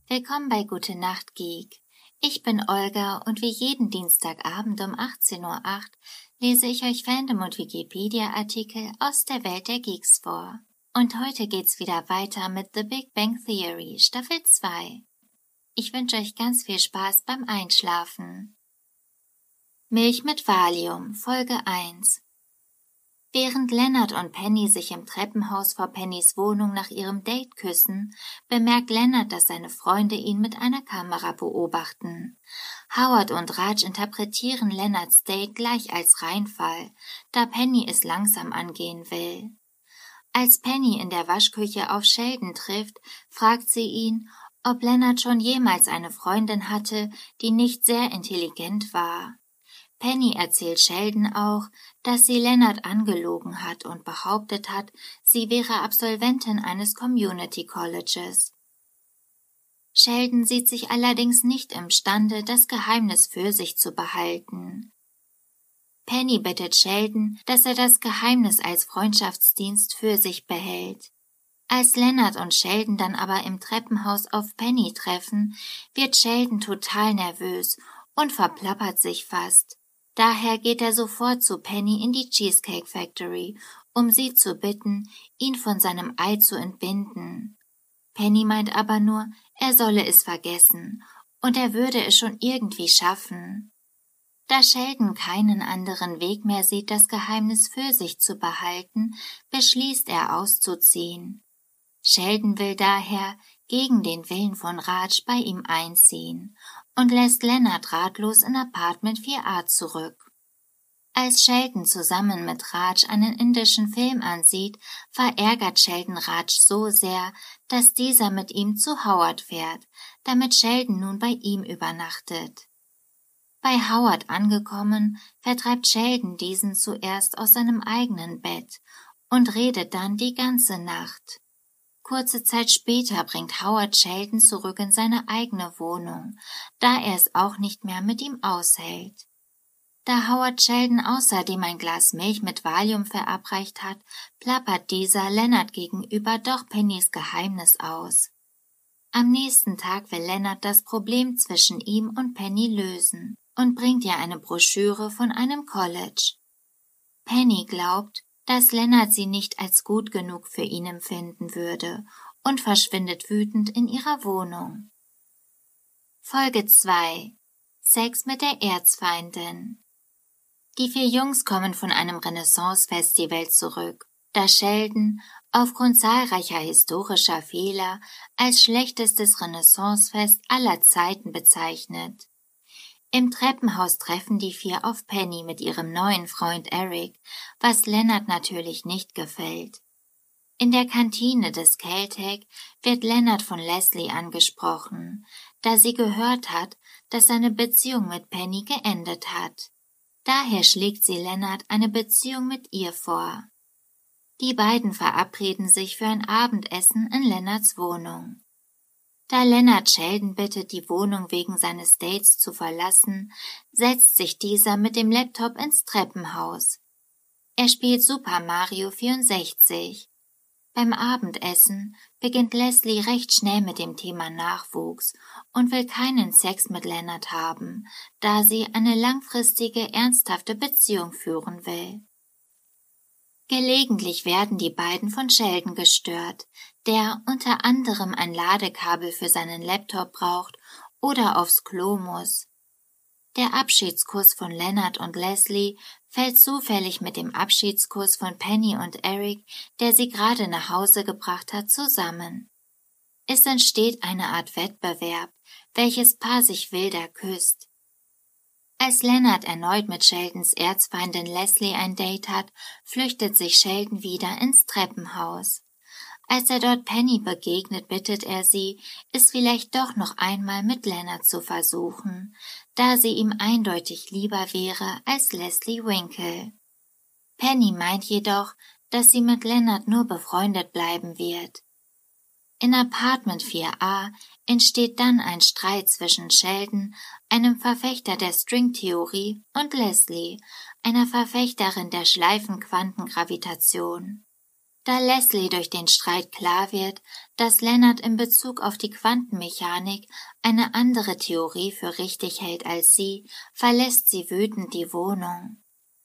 Willkommen bei Gute Nacht Geek. Ich bin Olga und wie jeden Dienstagabend um 18:08 Uhr lese ich euch Fandom- und Wikipedia-Artikel aus der Welt der Geeks vor. Und heute geht's wieder weiter mit The Big Bang Theory, Staffel 2. Ich wünsche euch ganz viel Spaß beim Einschlafen. Milch mit Valium, Folge 1. Während Leonard und Penny sich im Treppenhaus vor Pennys Wohnung nach ihrem Date küssen, bemerkt Leonard, dass seine Freunde ihn mit einer Kamera beobachten. Howard und Raj interpretieren Leonards Date gleich als Reinfall, da Penny es langsam angehen will. Als Penny in der Waschküche auf Sheldon trifft, fragt sie ihn, ob Leonard schon jemals eine Freundin hatte, die nicht sehr intelligent war. Penny erzählt Sheldon auch, dass sie Leonard angelogen hat und behauptet hat, sie wäre Absolventin eines Community Colleges. Sheldon sieht sich allerdings nicht imstande, das Geheimnis für sich zu behalten. Penny bittet Sheldon, dass er das Geheimnis als Freundschaftsdienst für sich behält. Als Leonard und Sheldon dann aber im Treppenhaus auf Penny treffen, wird Sheldon total nervös und verplappert sich fast. Daher geht er sofort zu Penny in die Cheesecake Factory, um sie zu bitten, ihn von seinem Ei zu entbinden. Penny meint aber nur, er solle es vergessen und er würde es schon irgendwie schaffen. Da Sheldon keinen anderen Weg mehr sieht, das Geheimnis für sich zu behalten, beschließt er auszuziehen. Sheldon will daher gegen den Willen von Raj bei ihm einziehen und lässt Leonard ratlos in Apartment 4a zurück. Als Sheldon zusammen mit Raj einen indischen Film ansieht, verärgert Sheldon Raj so sehr, dass dieser mit ihm zu Howard fährt, damit Sheldon nun bei ihm übernachtet. Bei Howard angekommen, vertreibt Sheldon diesen zuerst aus seinem eigenen Bett und redet dann die ganze Nacht. Kurze Zeit später bringt Howard Sheldon zurück in seine eigene Wohnung, da er es auch nicht mehr mit ihm aushält. Da Howard Sheldon außerdem ein Glas Milch mit Valium verabreicht hat, plappert dieser Leonard gegenüber doch Pennys Geheimnis aus. Am nächsten Tag will Leonard das Problem zwischen ihm und Penny lösen und bringt ihr eine Broschüre von einem College. Penny glaubt, dass Leonard sie nicht als gut genug für ihn empfinden würde und verschwindet wütend in ihrer Wohnung. Folge 2. Sex mit der Erzfeindin. Die 4 Jungs kommen von einem Renaissance-Festival zurück, das Sheldon aufgrund zahlreicher historischer Fehler als schlechtestes Renaissance-Fest aller Zeiten bezeichnet. Im Treppenhaus treffen die 4 auf Penny mit ihrem neuen Freund Eric, was Leonard natürlich nicht gefällt. In der Kantine des Caltech wird Leonard von Leslie angesprochen, da sie gehört hat, dass seine Beziehung mit Penny geendet hat. Daher schlägt sie Leonard eine Beziehung mit ihr vor. Die beiden verabreden sich für ein Abendessen in Leonards Wohnung. Da Leonard Sheldon bittet, die Wohnung wegen seines Dates zu verlassen, setzt sich dieser mit dem Laptop ins Treppenhaus. Er spielt Super Mario 64. Beim Abendessen beginnt Leslie recht schnell mit dem Thema Nachwuchs und will keinen Sex mit Leonard haben, da sie eine langfristige, ernsthafte Beziehung führen will. Gelegentlich werden die beiden von Sheldon gestört, der unter anderem ein Ladekabel für seinen Laptop braucht oder aufs Klo muss. Der Abschiedskuss von Leonard und Leslie fällt zufällig mit dem Abschiedskuss von Penny und Eric, der sie gerade nach Hause gebracht hat, zusammen. Es entsteht eine Art Wettbewerb, welches Paar sich wilder küsst. Als Leonard erneut mit Sheldons Erzfeindin Leslie ein Date hat, flüchtet sich Sheldon wieder ins Treppenhaus. Als er dort Penny begegnet, bittet er sie, es vielleicht doch noch einmal mit Leonard zu versuchen, da sie ihm eindeutig lieber wäre als Leslie Winkle. Penny meint jedoch, dass sie mit Leonard nur befreundet bleiben wird. In Apartment 4a entsteht dann ein Streit zwischen Sheldon, einem Verfechter der Stringtheorie, und Leslie, einer Verfechterin der Schleifenquantengravitation. Da Leslie durch den Streit klar wird, dass Leonard in Bezug auf die Quantenmechanik eine andere Theorie für richtig hält als sie, verlässt sie wütend die Wohnung.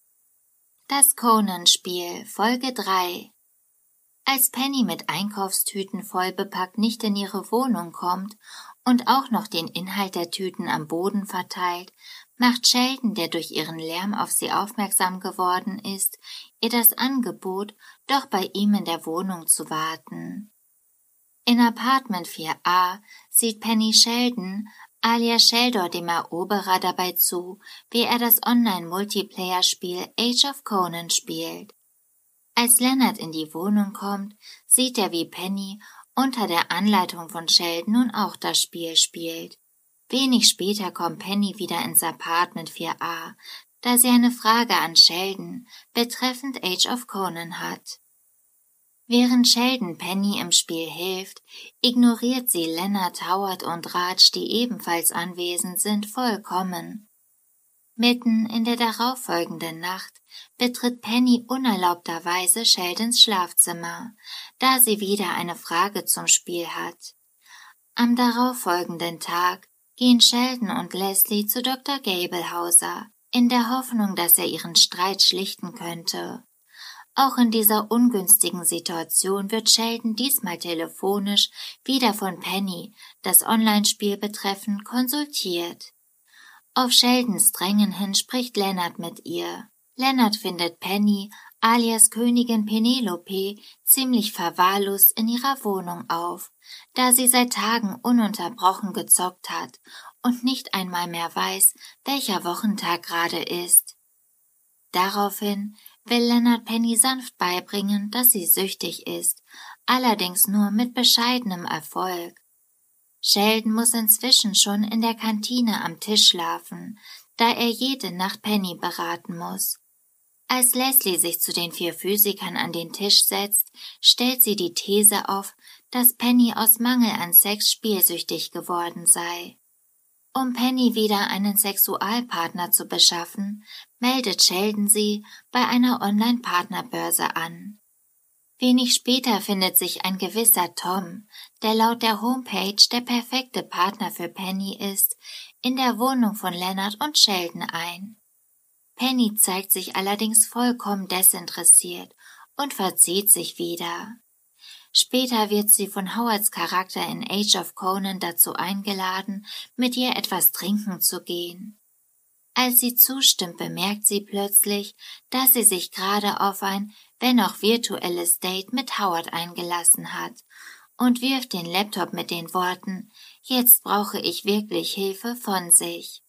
Das Conan-Spiel, Folge 3. Als Penny mit Einkaufstüten vollbepackt nicht in ihre Wohnung kommt und auch noch den Inhalt der Tüten am Boden verteilt, macht Sheldon, der durch ihren Lärm auf sie aufmerksam geworden ist, ihr das Angebot, doch bei ihm in der Wohnung zu warten. In Apartment 4a sieht Penny Sheldon, alias Sheldor dem Eroberer, dabei zu, wie er das Online-Multiplayer-Spiel Age of Conan spielt. Als Leonard in die Wohnung kommt, sieht er, wie Penny unter der Anleitung von Sheldon nun auch das Spiel spielt. Wenig später kommt Penny wieder ins Apartment 4a, da sie eine Frage an Sheldon betreffend Age of Conan hat. Während Sheldon Penny im Spiel hilft, ignoriert sie Leonard, Howard und Raj, die ebenfalls anwesend sind, vollkommen. Mitten in der darauffolgenden Nacht betritt Penny unerlaubterweise Sheldons Schlafzimmer, da sie wieder eine Frage zum Spiel hat. Am darauffolgenden Tag gehen Sheldon und Leslie zu Dr. Gablehauser, in der Hoffnung, dass er ihren Streit schlichten könnte. Auch in dieser ungünstigen Situation wird Sheldon diesmal telefonisch wieder von Penny, das Online-Spiel betreffend, konsultiert. Auf Sheldons Drängen hin spricht Leonard mit ihr. Leonard findet Penny, alias Königin Penelope, ziemlich verwahrlost in ihrer Wohnung auf, da sie seit Tagen ununterbrochen gezockt hat und nicht einmal mehr weiß, welcher Wochentag gerade ist. Daraufhin will Leonard Penny sanft beibringen, dass sie süchtig ist, allerdings nur mit bescheidenem Erfolg. Sheldon muss inzwischen schon in der Kantine am Tisch schlafen, da er jede Nacht Penny beraten muss. Als Leslie sich zu den 4 Physikern an den Tisch setzt, stellt sie die These auf, dass Penny aus Mangel an Sex spielsüchtig geworden sei. Um Penny wieder einen Sexualpartner zu beschaffen, meldet Sheldon sie bei einer Online-Partnerbörse an. Wenig später findet sich ein gewisser Tom, der laut der Homepage der perfekte Partner für Penny ist, in der Wohnung von Leonard und Sheldon ein. Penny zeigt sich allerdings vollkommen desinteressiert und verzieht sich wieder. Später wird sie von Howards Charakter in Age of Conan dazu eingeladen, mit ihr etwas trinken zu gehen. Als sie zustimmt, bemerkt sie plötzlich, dass sie sich gerade auf ein, wenn auch virtuelles Date mit Howard eingelassen hat und wirft den Laptop mit den Worten »Jetzt brauche ich wirklich Hilfe« von sich.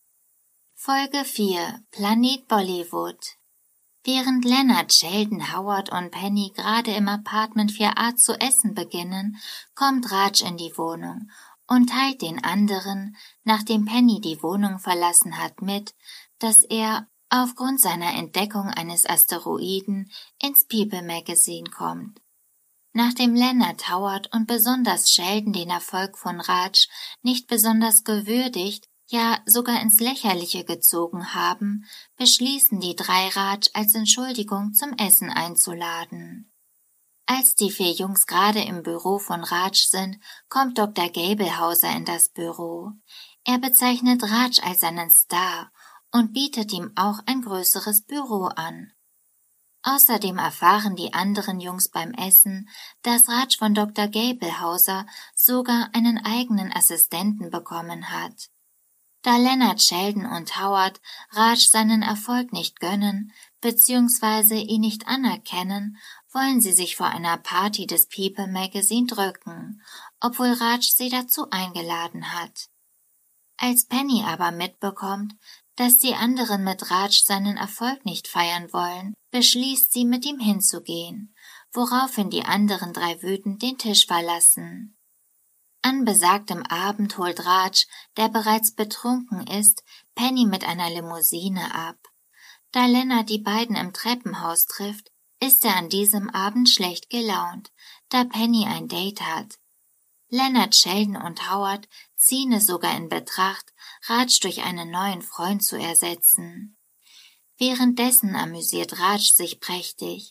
Folge 4. Planet Bollywood. Während Leonard, Sheldon, Howard und Penny gerade im Apartment 4a zu essen beginnen, kommt Raj in die Wohnung und teilt den anderen, nachdem Penny die Wohnung verlassen hat, mit, dass er aufgrund seiner Entdeckung eines Asteroiden ins People Magazine kommt. Nachdem Leonard, Howard und besonders Sheldon den Erfolg von Raj nicht besonders gewürdigt, ja sogar ins Lächerliche gezogen haben, beschließen die 3 Raj als Entschuldigung zum Essen einzuladen. Als die 4 Jungs gerade im Büro von Raj sind, kommt Dr. Gablehauser in das Büro. Er bezeichnet Raj als seinen Star und bietet ihm auch ein größeres Büro an. Außerdem erfahren die anderen Jungs beim Essen, dass Raj von Dr. Gablehauser sogar einen eigenen Assistenten bekommen hat. Da Leonard, Sheldon und Howard Raj seinen Erfolg nicht gönnen bzw. ihn nicht anerkennen, wollen sie sich vor einer Party des People Magazine drücken, obwohl Raj sie dazu eingeladen hat. Als Penny aber mitbekommt, dass die anderen mit Raj seinen Erfolg nicht feiern wollen, beschließt sie, mit ihm hinzugehen, woraufhin die anderen 3 wütend den Tisch verlassen. An besagtem Abend holt Raj, der bereits betrunken ist, Penny mit einer Limousine ab. Da Leonard die beiden im Treppenhaus trifft, ist er an diesem Abend schlecht gelaunt, da Penny ein Date hat. Leonard, Sheldon und Howard ziehen es sogar in Betracht, Raj durch einen neuen Freund zu ersetzen. Währenddessen amüsiert Raj sich prächtig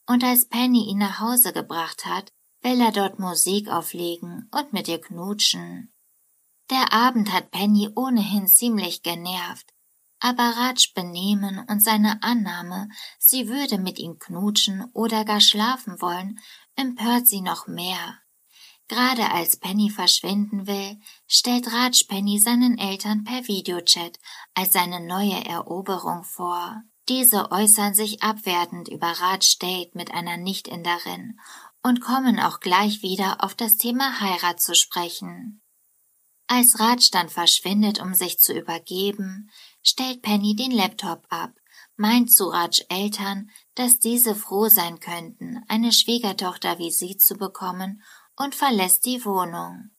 und als Penny ihn nach Hause gebracht hat, will er dort Musik auflegen und mit ihr knutschen. Der Abend hat Penny ohnehin ziemlich genervt, aber Rajs Benehmen und seine Annahme, sie würde mit ihm knutschen oder gar schlafen wollen, empört sie noch mehr. Gerade als Penny verschwinden will, stellt Raj Penny seinen Eltern per Videochat als seine neue Eroberung vor. Diese äußern sich abwertend über Rajs Date mit einer Nichtinderin und kommen auch gleich wieder auf das Thema Heirat zu sprechen. Als Raj dann verschwindet, um sich zu übergeben, stellt Penny den Laptop ab, meint zu Rajs Eltern, dass diese froh sein könnten, eine Schwiegertochter wie sie zu bekommen, und verlässt die Wohnung.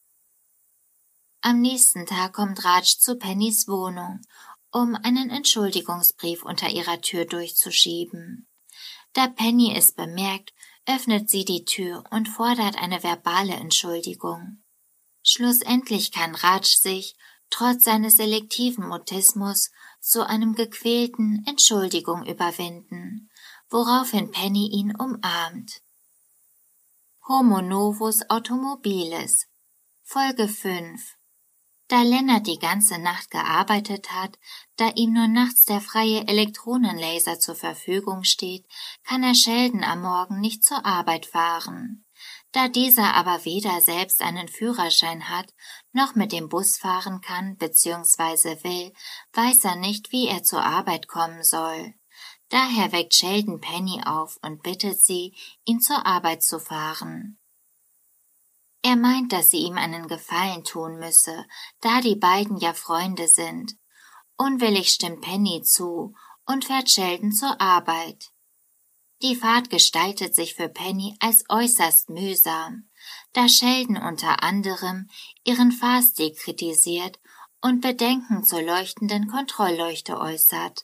Am nächsten Tag kommt Raj zu Pennys Wohnung, um einen Entschuldigungsbrief unter ihrer Tür durchzuschieben. Da Penny es bemerkt, öffnet sie die Tür und fordert eine verbale Entschuldigung. Schlussendlich kann Raj sich, trotz seines selektiven Mutismus, zu einem gequälten Entschuldigung überwinden, woraufhin Penny ihn umarmt. Homo novus automobilis. Folge 5. Da Lennart die ganze Nacht gearbeitet hat, da ihm nur nachts der freie Elektronenlaser zur Verfügung steht, kann er Sheldon am Morgen nicht zur Arbeit fahren. Da dieser aber weder selbst einen Führerschein hat, noch mit dem Bus fahren kann bzw. will, weiß er nicht, wie er zur Arbeit kommen soll. Daher weckt Sheldon Penny auf und bittet sie, ihn zur Arbeit zu fahren. Er meint, dass sie ihm einen Gefallen tun müsse, da die beiden ja Freunde sind. Unwillig stimmt Penny zu und fährt Sheldon zur Arbeit. Die Fahrt gestaltet sich für Penny als äußerst mühsam, da Sheldon unter anderem ihren Fahrstil kritisiert und Bedenken zur leuchtenden Kontrollleuchte äußert.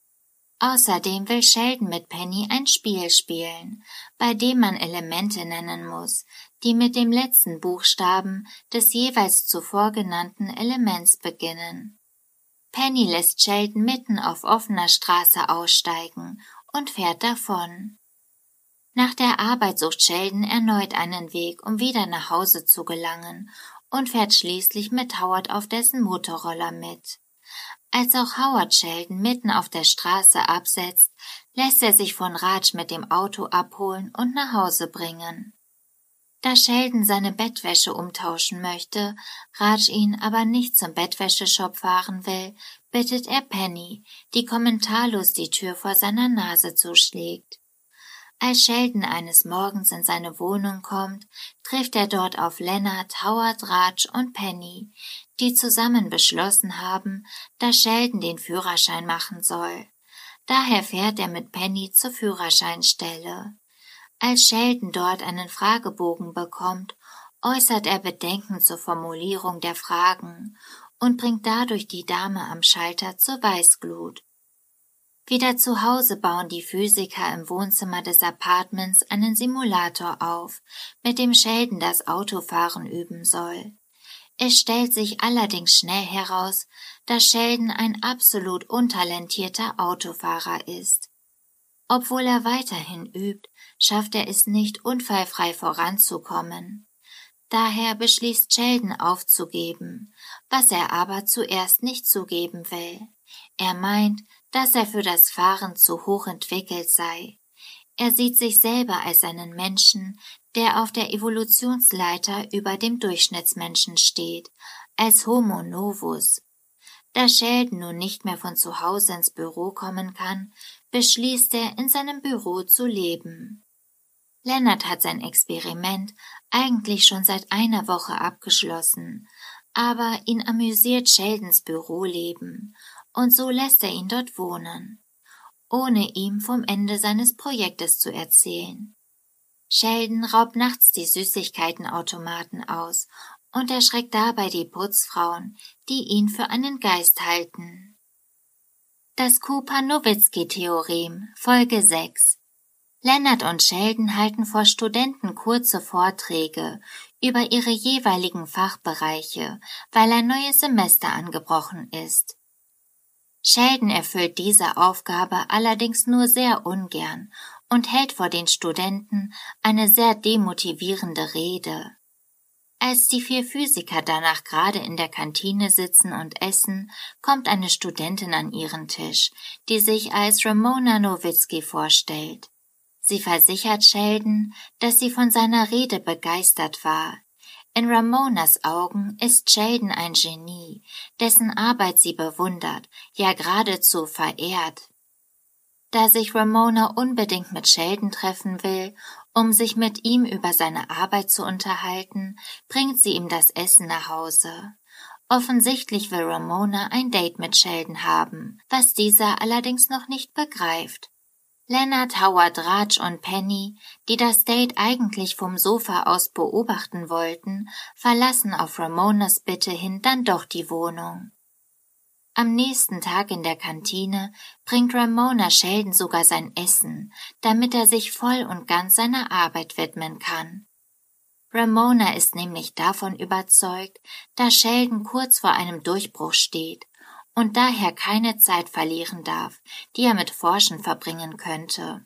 Außerdem will Sheldon mit Penny ein Spiel spielen, bei dem man Elemente nennen muss, die mit dem letzten Buchstaben des jeweils zuvor genannten Elements beginnen. Penny lässt Sheldon mitten auf offener Straße aussteigen und fährt davon. Nach der Arbeit sucht Sheldon erneut einen Weg, um wieder nach Hause zu gelangen, und fährt schließlich mit Howard auf dessen Motorroller mit. Als auch Howard Sheldon mitten auf der Straße absetzt, lässt er sich von Raj mit dem Auto abholen und nach Hause bringen. Da Sheldon seine Bettwäsche umtauschen möchte, Raj ihn aber nicht zum Bettwäscheshop fahren will, bittet er Penny, die kommentarlos die Tür vor seiner Nase zuschlägt. Als Sheldon eines Morgens in seine Wohnung kommt, trifft er dort auf Lennart, Howard, Raj und Penny, die zusammen beschlossen haben, dass Sheldon den Führerschein machen soll. Daher fährt er mit Penny zur Führerscheinstelle. Als Sheldon dort einen Fragebogen bekommt, äußert er Bedenken zur Formulierung der Fragen und bringt dadurch die Dame am Schalter zur Weißglut. Wieder zu Hause bauen die Physiker im Wohnzimmer des Apartments einen Simulator auf, mit dem Sheldon das Autofahren üben soll. Es stellt sich allerdings schnell heraus, dass Sheldon ein absolut untalentierter Autofahrer ist. Obwohl er weiterhin übt, schafft er es nicht, unfallfrei voranzukommen. Daher beschließt Sheldon aufzugeben, was er aber zuerst nicht zugeben will. Er meint, dass er für das Fahren zu hoch entwickelt sei. Er sieht sich selber als einen Menschen, der auf der Evolutionsleiter über dem Durchschnittsmenschen steht, als Homo novus. Da Sheldon nun nicht mehr von zu Hause ins Büro kommen kann, beschließt er, in seinem Büro zu leben. Lennart hat sein Experiment eigentlich schon seit einer Woche abgeschlossen, aber ihn amüsiert Sheldons Büroleben, und so lässt er ihn dort wohnen, ohne ihm vom Ende seines Projektes zu erzählen. Sheldon raubt nachts die Süßigkeitenautomaten aus und erschreckt dabei die Putzfrauen, die ihn für einen Geist halten. Das Cooper-Nowitzki-Theorem, Folge 6. Lennart und Sheldon halten vor Studenten kurze Vorträge über ihre jeweiligen Fachbereiche, weil ein neues Semester angebrochen ist. Sheldon erfüllt diese Aufgabe allerdings nur sehr ungern und hält vor den Studenten eine sehr demotivierende Rede. Als die 4 Physiker danach gerade in der Kantine sitzen und essen, kommt eine Studentin an ihren Tisch, die sich als Ramona Nowitzki vorstellt. Sie versichert Sheldon, dass sie von seiner Rede begeistert war. In Ramonas Augen ist Sheldon ein Genie, dessen Arbeit sie bewundert, ja geradezu verehrt. Da sich Ramona unbedingt mit Sheldon treffen will, um sich mit ihm über seine Arbeit zu unterhalten, bringt sie ihm das Essen nach Hause. Offensichtlich will Ramona ein Date mit Sheldon haben, was dieser allerdings noch nicht begreift. Leonard, Howard, Raj und Penny, die das Date eigentlich vom Sofa aus beobachten wollten, verlassen auf Ramonas Bitte hin dann doch die Wohnung. Am nächsten Tag in der Kantine bringt Ramona Sheldon sogar sein Essen, damit er sich voll und ganz seiner Arbeit widmen kann. Ramona ist nämlich davon überzeugt, dass Sheldon kurz vor einem Durchbruch steht und daher keine Zeit verlieren darf, die er mit Forschen verbringen könnte.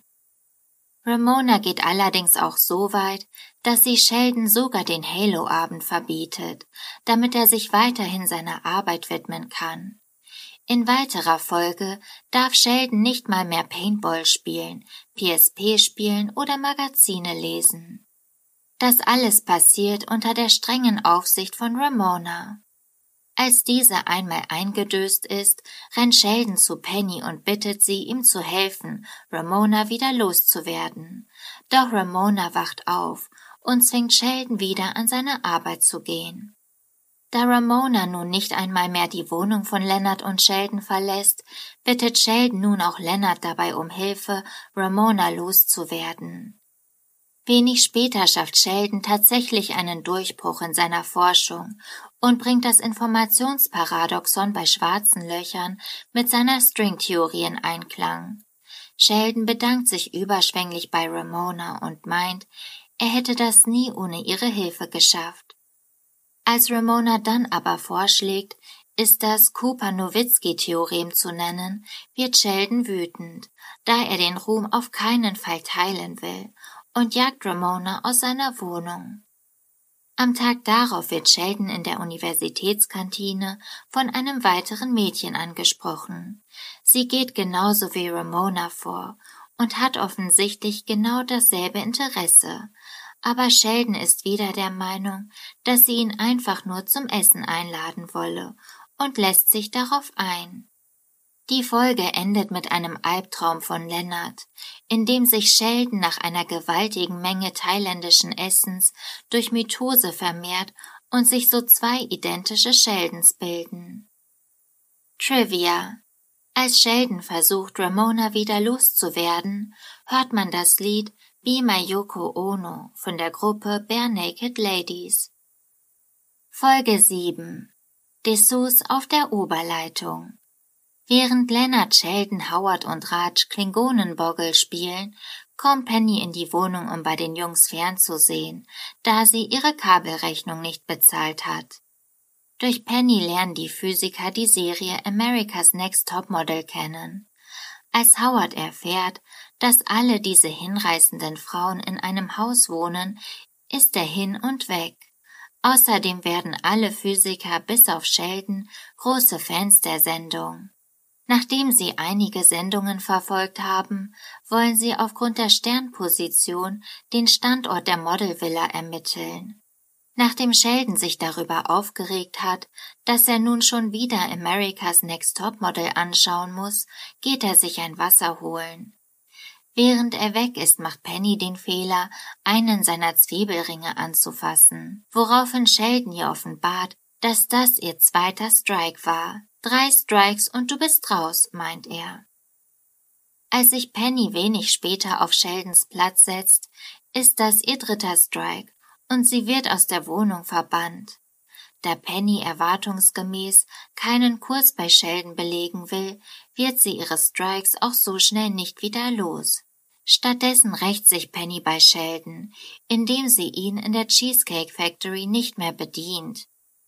Ramona geht allerdings auch so weit, dass sie Sheldon sogar den Halo-Abend verbietet, damit er sich weiterhin seiner Arbeit widmen kann. In weiterer Folge darf Sheldon nicht mal mehr Paintball spielen, PSP spielen oder Magazine lesen. Das alles passiert unter der strengen Aufsicht von Ramona. Als diese einmal eingedöst ist, rennt Sheldon zu Penny und bittet sie, ihm zu helfen, Ramona wieder loszuwerden. Doch Ramona wacht auf und zwingt Sheldon wieder an seine Arbeit zu gehen. Da Ramona nun nicht einmal mehr die Wohnung von Leonard und Sheldon verlässt, bittet Sheldon nun auch Leonard dabei um Hilfe, Ramona loszuwerden. Wenig später schafft Sheldon tatsächlich einen Durchbruch in seiner Forschung und bringt das Informationsparadoxon bei schwarzen Löchern mit seiner Stringtheorie in Einklang. Sheldon bedankt sich überschwänglich bei Ramona und meint, er hätte das nie ohne ihre Hilfe geschafft. Als Ramona dann aber vorschlägt, ist das Cooper-Nowitzki-Theorem zu nennen, wird Sheldon wütend, da er den Ruhm auf keinen Fall teilen will und jagt Ramona aus seiner Wohnung. Am Tag darauf wird Sheldon in der Universitätskantine von einem weiteren Mädchen angesprochen. Sie geht genauso wie Ramona vor und hat offensichtlich genau dasselbe Interesse, aber Sheldon ist wieder der Meinung, dass sie ihn einfach nur zum Essen einladen wolle und lässt sich darauf ein. Die Folge endet mit einem Albtraum von Leonard, in dem sich Sheldon nach einer gewaltigen Menge thailändischen Essens durch Mitose vermehrt und sich so 2 identische Sheldons bilden. Trivia: Als Sheldon versucht, Ramona wieder loszuwerden, hört man das Lied Be My Yoko Ono von der Gruppe Bare Naked Ladies. Folge 7: Dessous auf der Oberleitung. Während Leonard, Sheldon, Howard und Raj Klingonenboggle spielen, kommt Penny in die Wohnung, um bei den Jungs fernzusehen, da sie ihre Kabelrechnung nicht bezahlt hat. Durch Penny lernen die Physiker die Serie America's Next Topmodel kennen. Als Howard erfährt, dass alle diese hinreißenden Frauen in einem Haus wohnen, ist er hin und weg. Außerdem werden alle Physiker bis auf Sheldon große Fans der Sendung. Nachdem sie einige Sendungen verfolgt haben, wollen sie aufgrund der Sternposition den Standort der Modelvilla ermitteln. Nachdem Sheldon sich darüber aufgeregt hat, dass er nun schon wieder America's Next Topmodel anschauen muss, geht er sich ein Wasser holen. Während er weg ist, macht Penny den Fehler, einen seiner Zwiebelringe anzufassen, woraufhin Sheldon ihr offenbart, dass das ihr zweiter Strike war. 3 Strikes und du bist raus, meint er. Als sich Penny wenig später auf Sheldons Platz setzt, ist das ihr 3. Strike und sie wird aus der Wohnung verbannt. Da Penny erwartungsgemäß keinen Kurs bei Sheldon belegen will, wird sie ihre Strikes auch so schnell nicht wieder los. Stattdessen rächt sich Penny bei Sheldon, indem sie ihn in der Cheesecake Factory nicht mehr bedient.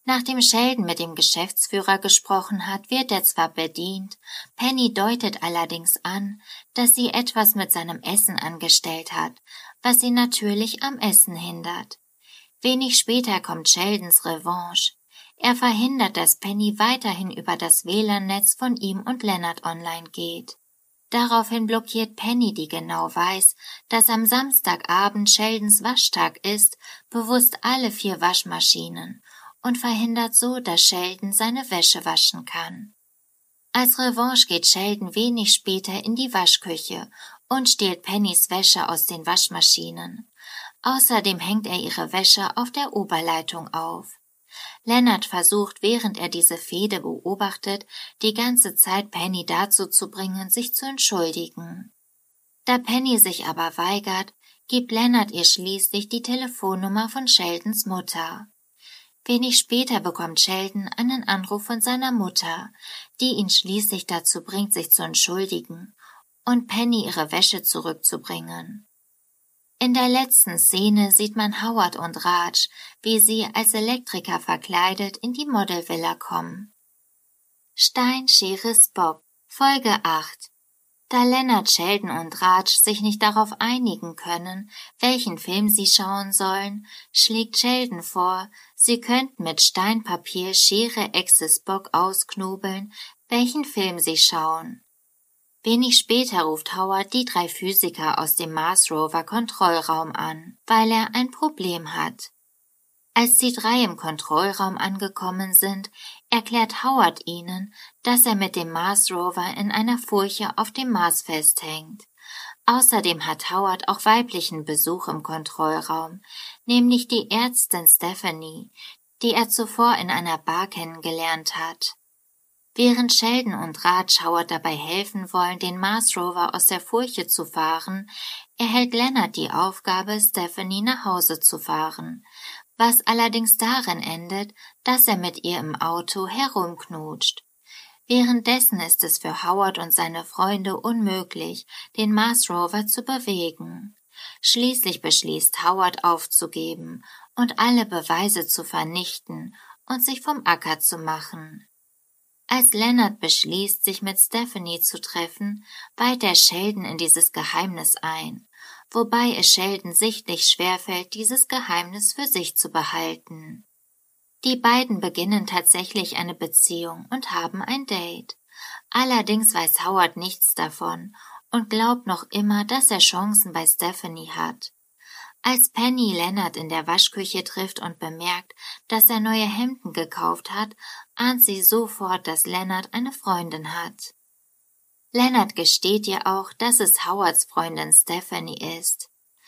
Nachdem Sheldon mit dem Geschäftsführer gesprochen hat, wird er zwar bedient, Penny deutet allerdings an, dass sie etwas mit seinem Essen angestellt hat, was ihn natürlich am Essen hindert. Wenig später kommt Sheldons Revanche. Er verhindert, dass Penny weiterhin über das WLAN-Netz von ihm und Leonard online geht. Daraufhin blockiert Penny, die genau weiß, dass am Samstagabend Sheldons Waschtag ist, bewusst alle 4 Waschmaschinen und verhindert so, dass Sheldon seine Wäsche waschen kann. Als Revanche geht Sheldon wenig später in die Waschküche und stiehlt Pennys Wäsche aus den Waschmaschinen. Außerdem hängt er ihre Wäsche auf der Oberleitung auf. Leonard versucht, während er diese Fehde beobachtet, die ganze Zeit Penny dazu zu bringen, sich zu entschuldigen. Da Penny sich aber weigert, gibt Leonard ihr schließlich die Telefonnummer von Sheldons Mutter. Wenig später bekommt Sheldon einen Anruf von seiner Mutter, die ihn schließlich dazu bringt, sich zu entschuldigen und Penny ihre Wäsche zurückzubringen. In der letzten Szene sieht man Howard und Raj, wie sie als Elektriker verkleidet in die Modelvilla kommen. Stein, Schere, Bob, Folge 8. Da Leonard, Sheldon und Raj sich nicht darauf einigen können, welchen Film sie schauen sollen, schlägt Sheldon vor, sie könnten mit Stein, Papier, Schere, Echse, Spock ausknobeln, welchen Film sie schauen. Wenig später ruft Howard die 3 Physiker aus dem Mars-Rover-Kontrollraum an, weil er ein Problem hat. Als die 3 im Kontrollraum angekommen sind, erklärt Howard ihnen, dass er mit dem Mars-Rover in einer Furche auf dem Mars festhängt. Außerdem hat Howard auch weiblichen Besuch im Kontrollraum, nämlich die Ärztin Stephanie, die er zuvor in einer Bar kennengelernt hat. Während Sheldon und Raj Howard dabei helfen wollen, den Mars Rover aus der Furche zu fahren, erhält Leonard die Aufgabe, Stephanie nach Hause zu fahren, was allerdings darin endet, dass er mit ihr im Auto herumknutscht. Währenddessen ist es für Howard und seine Freunde unmöglich, den Mars Rover zu bewegen. Schließlich beschließt Howard aufzugeben und alle Beweise zu vernichten und sich vom Acker zu machen. Als Leonard beschließt, sich mit Stephanie zu treffen, weiht er Sheldon in dieses Geheimnis ein, wobei es Sheldon sichtlich schwerfällt, dieses Geheimnis für sich zu behalten. Die beiden beginnen tatsächlich eine Beziehung und haben ein Date. Allerdings weiß Howard nichts davon und glaubt noch immer, dass er Chancen bei Stephanie hat. Als Penny Leonard in der Waschküche trifft und bemerkt, dass er neue Hemden gekauft hat, ahnt sie sofort, dass Leonard eine Freundin hat. Leonard gesteht ihr auch, dass es Howards Freundin Stephanie ist.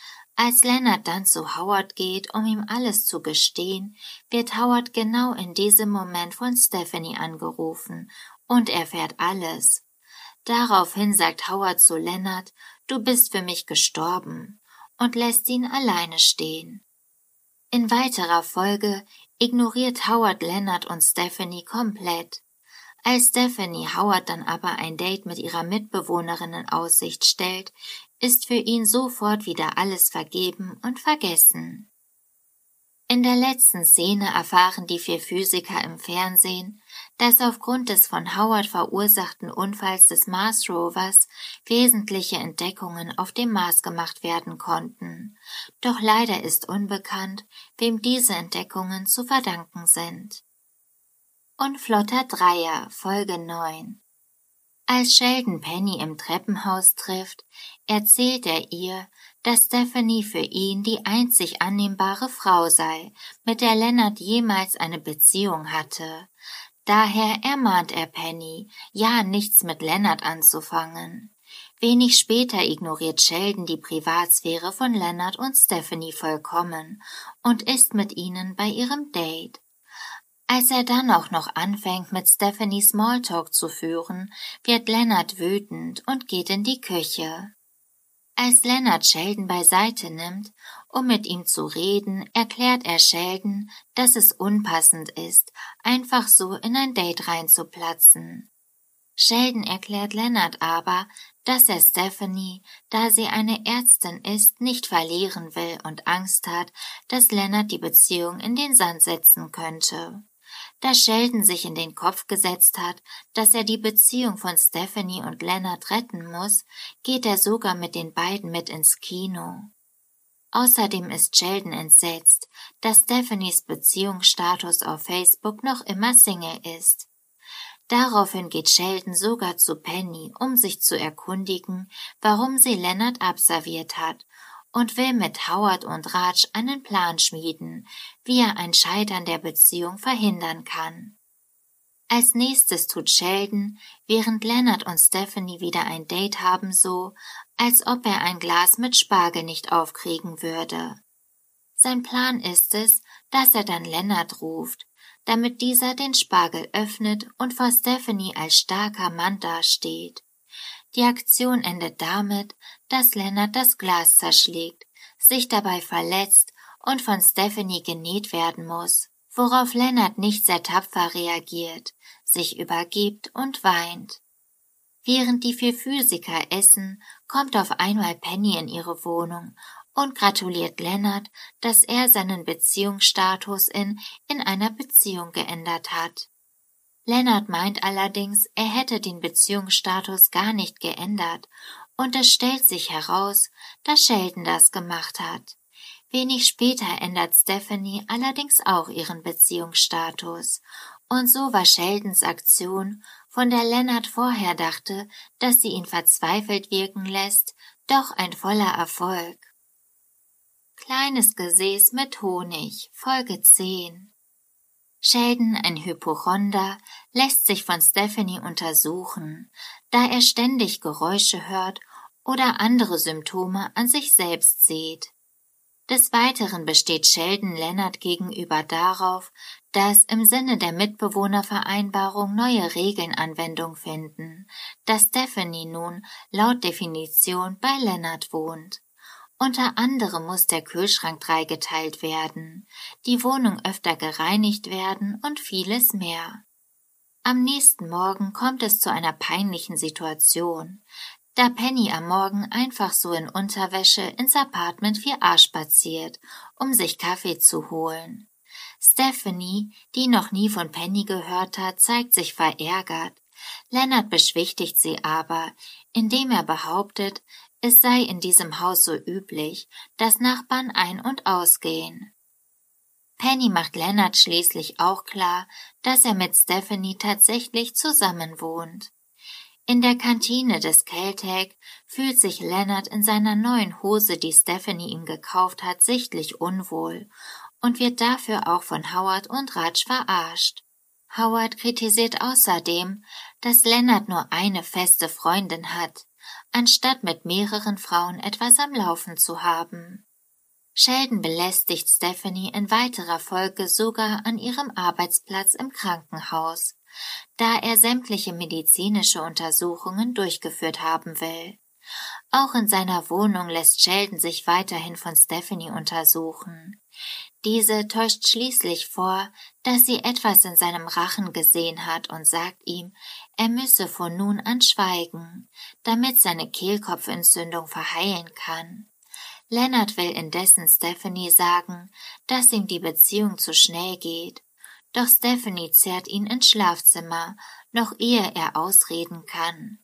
Als Leonard dann zu Howard geht, um ihm alles zu gestehen, wird Howard genau in diesem Moment von Stephanie angerufen und erfährt alles. Daraufhin sagt Howard zu Leonard, »Du bist für mich gestorben«, und lässt ihn alleine stehen. In weiterer Folge ignoriert Howard Leonard und Stephanie komplett. Als Stephanie Howard dann aber ein Date mit ihrer Mitbewohnerin in Aussicht stellt, ist für ihn sofort wieder alles vergeben und vergessen. In der letzten Szene erfahren die 4 Physiker im Fernsehen, dass aufgrund des von Howard verursachten Unfalls des Mars Rovers wesentliche Entdeckungen auf dem Mars gemacht werden konnten. Doch leider ist unbekannt, wem diese Entdeckungen zu verdanken sind. Unflotter Dreier, Folge 9. Als Sheldon Penny im Treppenhaus trifft, erzählt er ihr, dass Stephanie für ihn die einzig annehmbare Frau sei, mit der Leonard jemals eine Beziehung hatte. Daher ermahnt er Penny, ja nichts mit Leonard anzufangen. Wenig später ignoriert Sheldon die Privatsphäre von Leonard und Stephanie vollkommen und ist mit ihnen bei ihrem Date. Als er dann auch noch anfängt, mit Stephanie Smalltalk zu führen, wird Leonard wütend und geht in die Küche. Als Leonard Sheldon beiseite nimmt, um mit ihm zu reden, erklärt er Sheldon, dass es unpassend ist, einfach so in ein Date reinzuplatzen. Sheldon erklärt Leonard aber, dass er Stephanie, da sie eine Ärztin ist, nicht verlieren will und Angst hat, dass Leonard die Beziehung in den Sand setzen könnte. Da Sheldon sich in den Kopf gesetzt hat, dass er die Beziehung von Stephanie und Leonard retten muss, geht er sogar mit den beiden mit ins Kino. Außerdem ist Sheldon entsetzt, dass Stephanies Beziehungsstatus auf Facebook noch immer Single ist. Daraufhin geht Sheldon sogar zu Penny, um sich zu erkundigen, warum sie Leonard abserviert hat, und will mit Howard und Raj einen Plan schmieden, wie er ein Scheitern der Beziehung verhindern kann. Als nächstes tut Sheldon, während Leonard und Stephanie wieder ein Date haben, so, als ob er ein Glas mit Spargel nicht aufkriegen würde. Sein Plan ist es, dass er dann Leonard ruft, damit dieser den Spargel öffnet und vor Stephanie als starker Mann dasteht. Die Aktion endet damit, dass Leonard das Glas zerschlägt, sich dabei verletzt und von Stephanie genäht werden muss, worauf Leonard nicht sehr tapfer reagiert, sich übergibt und weint. Während die 4 Physiker essen, kommt auf einmal Penny in ihre Wohnung und gratuliert Leonard, dass er seinen Beziehungsstatus in einer Beziehung geändert hat. Leonard meint allerdings, er hätte den Beziehungsstatus gar nicht geändert, und es stellt sich heraus, dass Sheldon das gemacht hat. Wenig später ändert Stephanie allerdings auch ihren Beziehungsstatus, und so war Sheldons Aktion, von der Leonard vorher dachte, dass sie ihn verzweifelt wirken lässt, doch ein voller Erfolg. Kleines Gesäß mit Honig, Folge 10. Sheldon, ein Hypochonder, lässt sich von Stephanie untersuchen, da er ständig Geräusche hört oder andere Symptome an sich selbst sieht. Des Weiteren besteht Sheldon Leonard gegenüber darauf, dass im Sinne der Mitbewohnervereinbarung neue Regeln Anwendung finden, da Stephanie nun laut Definition bei Leonard wohnt. Unter anderem muss der Kühlschrank dreigeteilt werden, die Wohnung öfter gereinigt werden und vieles mehr. Am nächsten Morgen kommt es zu einer peinlichen Situation, da Penny am Morgen einfach so in Unterwäsche ins Apartment 4a spaziert, um sich Kaffee zu holen. Stephanie, die noch nie von Penny gehört hat, zeigt sich verärgert. Leonard beschwichtigt sie aber, indem er behauptet, es sei in diesem Haus so üblich, dass Nachbarn ein- und ausgehen. Penny macht Leonard schließlich auch klar, dass er mit Stephanie tatsächlich zusammenwohnt. In der Kantine des Caltech fühlt sich Leonard in seiner neuen Hose, die Stephanie ihm gekauft hat, sichtlich unwohl und wird dafür auch von Howard und Raj verarscht. Howard kritisiert außerdem, dass Leonard nur eine feste Freundin hat, anstatt mit mehreren Frauen etwas am Laufen zu haben. Sheldon belästigt Stephanie in weiterer Folge sogar an ihrem Arbeitsplatz im Krankenhaus, da er sämtliche medizinische Untersuchungen durchgeführt haben will. Auch in seiner Wohnung lässt Sheldon sich weiterhin von Stephanie untersuchen. Diese täuscht schließlich vor, dass sie etwas in seinem Rachen gesehen hat und sagt ihm, er müsse von nun an schweigen, damit seine Kehlkopfentzündung verheilen kann. Leonard will indessen Stephanie sagen, dass ihm die Beziehung zu schnell geht, doch Stephanie zerrt ihn ins Schlafzimmer, noch ehe er ausreden kann.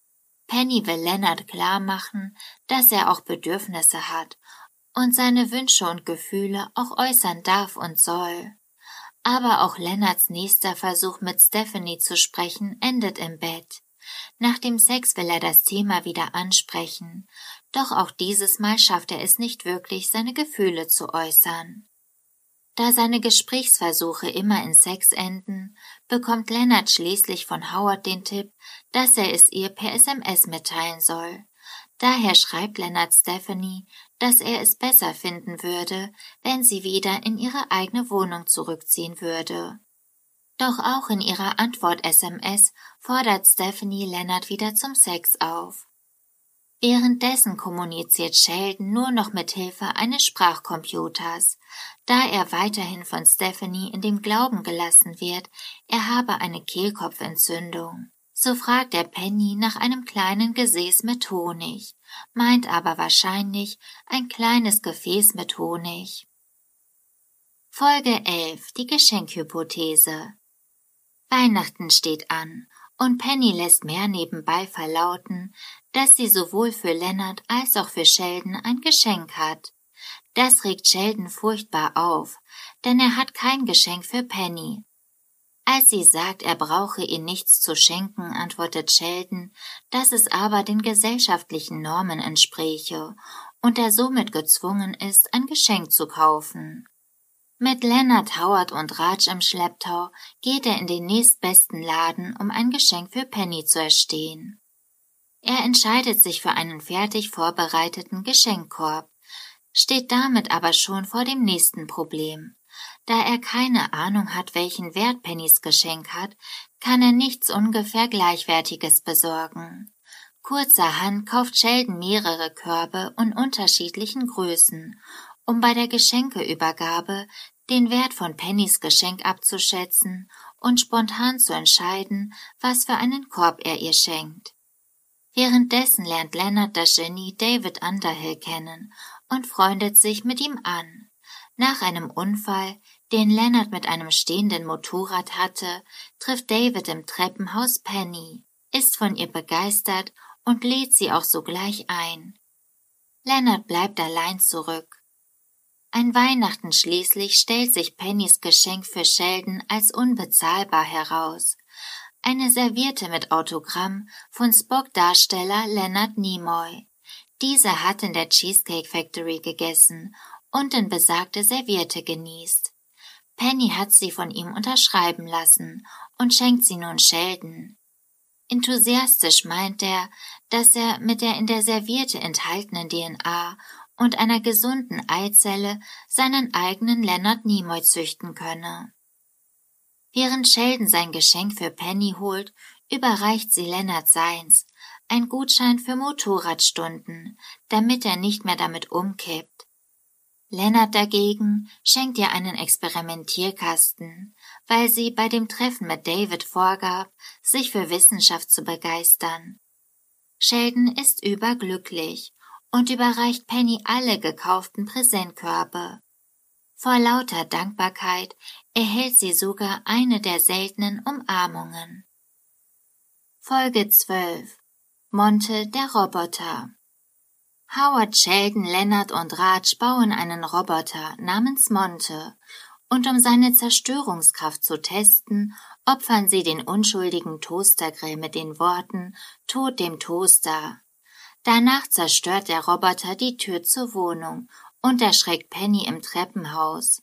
Penny will Leonard klarmachen, dass er auch Bedürfnisse hat und seine Wünsche und Gefühle auch äußern darf und soll. Aber auch Leonards nächster Versuch mit Stephanie zu sprechen endet im Bett. Nach dem Sex will er das Thema wieder ansprechen, doch auch dieses Mal schafft er es nicht wirklich, seine Gefühle zu äußern. Da seine Gesprächsversuche immer in Sex enden, bekommt Leonard schließlich von Howard den Tipp, dass er es ihr per SMS mitteilen soll. Daher schreibt Leonard Stephanie, dass er es besser finden würde, wenn sie wieder in ihre eigene Wohnung zurückziehen würde. Doch auch in ihrer Antwort-SMS fordert Stephanie Leonard wieder zum Sex auf. Währenddessen kommuniziert Sheldon nur noch mit Hilfe eines Sprachcomputers, da er weiterhin von Stephanie in dem Glauben gelassen wird, er habe eine Kehlkopfentzündung. So fragt er Penny nach einem kleinen Gesäß mit Honig, meint aber wahrscheinlich ein kleines Gefäß mit Honig. Folge 11. Die Geschenkhypothese. Weihnachten steht an und Penny lässt mehr nebenbei verlauten, dass sie sowohl für Leonard als auch für Sheldon ein Geschenk hat. Das regt Sheldon furchtbar auf, denn er hat kein Geschenk für Penny. Als sie sagt, er brauche ihr nichts zu schenken, antwortet Sheldon, dass es aber den gesellschaftlichen Normen entspräche und er somit gezwungen ist, ein Geschenk zu kaufen. Mit Leonard, Howard und Raj im Schlepptau geht er in den nächstbesten Laden, um ein Geschenk für Penny zu erstehen. Er entscheidet sich für einen fertig vorbereiteten Geschenkkorb, steht damit aber schon vor dem nächsten Problem. Da er keine Ahnung hat, welchen Wert Pennys Geschenk hat, kann er nichts ungefähr Gleichwertiges besorgen. Kurzerhand kauft Sheldon mehrere Körbe in unterschiedlichen Größen, um bei der Geschenkeübergabe den Wert von Pennys Geschenk abzuschätzen und spontan zu entscheiden, was für einen Korb er ihr schenkt. Währenddessen lernt Leonard das Genie David Underhill kennen und freundet sich mit ihm an. Nach einem Unfall, den Leonard mit einem stehenden Motorrad hatte, trifft David im Treppenhaus Penny, ist von ihr begeistert und lädt sie auch sogleich ein. Leonard bleibt allein zurück. An Weihnachten schließlich stellt sich Pennys Geschenk für Sheldon als unbezahlbar heraus. Eine Serviette mit Autogramm von Spock-Darsteller Leonard Nimoy. Dieser hat in der Cheesecake Factory gegessen und in besagte Serviette genießt. Penny hat sie von ihm unterschreiben lassen und schenkt sie nun Sheldon. Enthusiastisch meint er, dass er mit der in der Serviette enthaltenen DNA und einer gesunden Eizelle seinen eigenen Leonard Nimoy züchten könne. Während Sheldon sein Geschenk für Penny holt, überreicht sie Leonard seins, ein Gutschein für Motorradstunden, damit er nicht mehr damit umkippt. Leonard dagegen schenkt ihr einen Experimentierkasten, weil sie bei dem Treffen mit David vorgab, sich für Wissenschaft zu begeistern. Sheldon ist überglücklich und überreicht Penny alle gekauften Präsentkörbe. Vor lauter Dankbarkeit erhält sie sogar eine der seltenen Umarmungen. Folge 12 Monte der Roboter. Howard, Sheldon, Leonard und Raj bauen einen Roboter namens Monte, und um seine Zerstörungskraft zu testen, opfern sie den unschuldigen Toastergrill mit den Worten »Tod dem Toaster«. Danach zerstört der Roboter die Tür zur Wohnung und erschreckt Penny im Treppenhaus.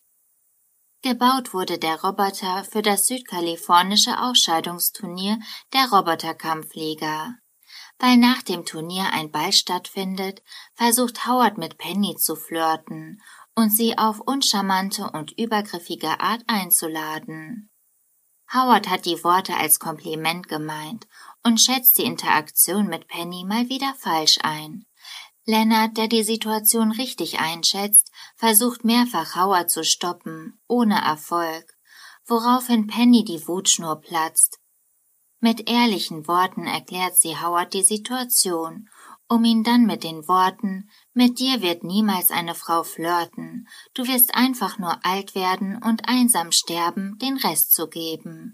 Gebaut wurde der Roboter für das südkalifornische Ausscheidungsturnier der Roboterkampfliga. Weil nach dem Turnier ein Ball stattfindet, versucht Howard mit Penny zu flirten und sie auf uncharmante und übergriffige Art einzuladen. Howard hat die Worte als Kompliment gemeint und schätzt die Interaktion mit Penny mal wieder falsch ein. Leonard, der die Situation richtig einschätzt, versucht mehrfach Howard zu stoppen, ohne Erfolg, woraufhin Penny die Wutschnur platzt. Mit ehrlichen Worten erklärt sie Howard die Situation, um ihn dann mit den Worten »Mit dir wird niemals eine Frau flirten, du wirst einfach nur alt werden und einsam sterben« den Rest zu geben.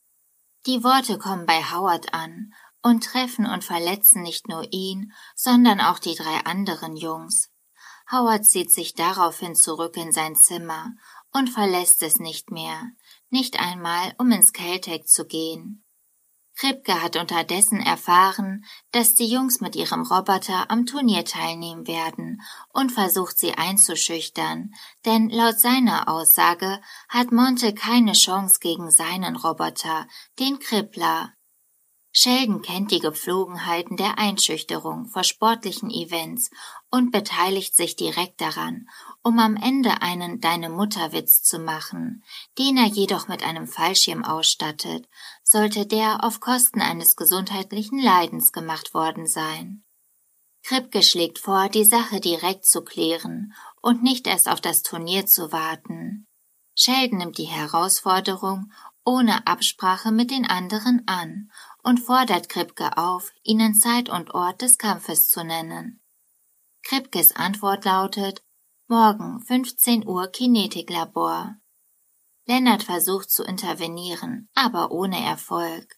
Die Worte kommen bei Howard an und treffen und verletzen nicht nur ihn, sondern auch die 3 anderen Jungs. Howard zieht sich daraufhin zurück in sein Zimmer und verlässt es nicht mehr, nicht einmal, um ins Caltech zu gehen. Kripke hat unterdessen erfahren, dass die Jungs mit ihrem Roboter am Turnier teilnehmen werden und versucht sie einzuschüchtern, denn laut seiner Aussage hat Monte keine Chance gegen seinen Roboter, den Krippler. Sheldon kennt die Gepflogenheiten der Einschüchterung vor sportlichen Events und beteiligt sich direkt daran, um am Ende einen Deine-Mutter-Witz zu machen, den er jedoch mit einem Fallschirm ausstattet, sollte der auf Kosten eines gesundheitlichen Leidens gemacht worden sein. Kripke schlägt vor, die Sache direkt zu klären und nicht erst auf das Turnier zu warten. Sheldon nimmt die Herausforderung ohne Absprache mit den anderen an und fordert Kripke auf, ihnen Zeit und Ort des Kampfes zu nennen. Kripkes Antwort lautet: Morgen 15 Uhr Kinetiklabor. Leonard versucht zu intervenieren, aber ohne Erfolg.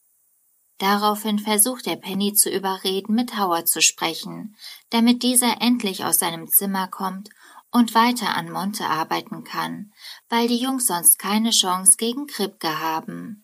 Daraufhin versucht er Penny zu überreden, mit Howard zu sprechen, damit dieser endlich aus seinem Zimmer kommt und weiter an Monte arbeiten kann, weil die Jungs sonst keine Chance gegen Kripke haben.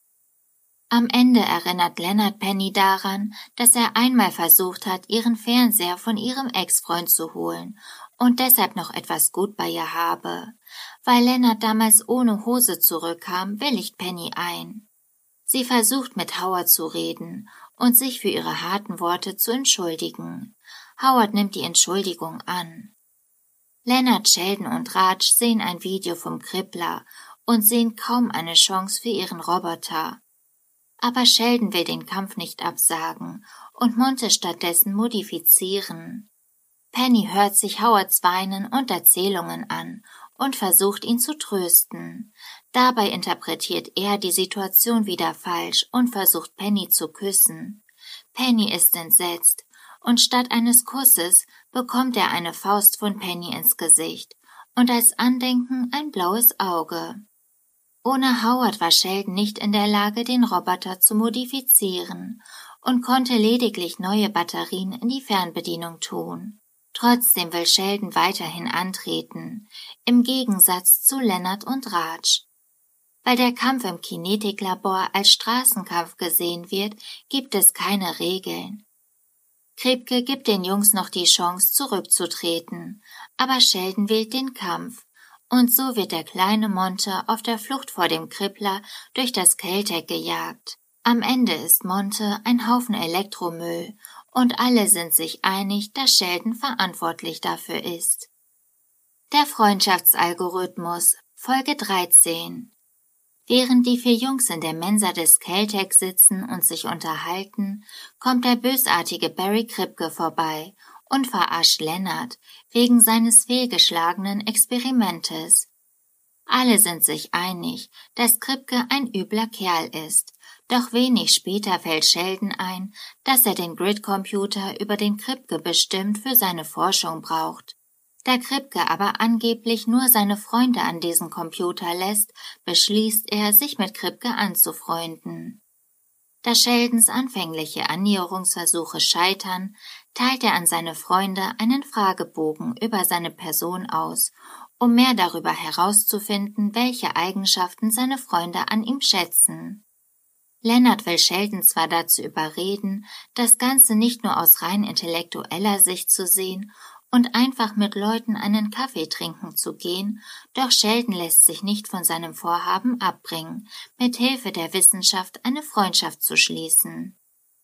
Am Ende erinnert Leonard Penny daran, dass er einmal versucht hat, ihren Fernseher von ihrem Ex-Freund zu holen und deshalb noch etwas Gut bei ihr habe. Weil Leonard damals ohne Hose zurückkam, willigt Penny ein. Sie versucht, mit Howard zu reden und sich für ihre harten Worte zu entschuldigen. Howard nimmt die Entschuldigung an. Leonard, Sheldon und Raj sehen ein Video vom Kribbler und sehen kaum eine Chance für ihren Roboter. Aber Sheldon will den Kampf nicht absagen und Monte stattdessen modifizieren. Penny hört sich Howards Weinen und Erzählungen an und versucht, ihn zu trösten. Dabei interpretiert er die Situation wieder falsch und versucht, Penny zu küssen. Penny ist entsetzt und statt eines Kusses bekommt er eine Faust von Penny ins Gesicht und als Andenken ein blaues Auge. Ohne Howard war Sheldon nicht in der Lage, den Roboter zu modifizieren und konnte lediglich neue Batterien in die Fernbedienung tun. Trotzdem will Sheldon weiterhin antreten, im Gegensatz zu Leonard und Raj. Weil der Kampf im Kinetiklabor als Straßenkampf gesehen wird, gibt es keine Regeln. Kripke gibt den Jungs noch die Chance, zurückzutreten, aber Sheldon wählt den Kampf. Und so wird der kleine Monte auf der Flucht vor dem Kribbler durch das Caltech gejagt. Am Ende ist Monte ein Haufen Elektromüll und alle sind sich einig, dass Sheldon verantwortlich dafür ist. Der Freundschaftsalgorithmus, Folge 13. Während die 4 Jungs in der Mensa des Caltech sitzen und sich unterhalten, kommt der bösartige Barry Kripke vorbei und verarscht Leonard wegen seines fehlgeschlagenen Experimentes. Alle sind sich einig, dass Kripke ein übler Kerl ist, doch wenig später fällt Sheldon ein, dass er den Grid-Computer über den Kripke bestimmt für seine Forschung braucht. Da Kripke aber angeblich nur seine Freunde an diesen Computer lässt, beschließt er, sich mit Kripke anzufreunden. Da Sheldons anfängliche Annäherungsversuche scheitern, teilt er an seine Freunde einen Fragebogen über seine Person aus, um mehr darüber herauszufinden, welche Eigenschaften seine Freunde an ihm schätzen. Leonard will Sheldon zwar dazu überreden, das Ganze nicht nur aus rein intellektueller Sicht zu sehen und einfach mit Leuten einen Kaffee trinken zu gehen, doch Sheldon lässt sich nicht von seinem Vorhaben abbringen, mit Hilfe der Wissenschaft eine Freundschaft zu schließen.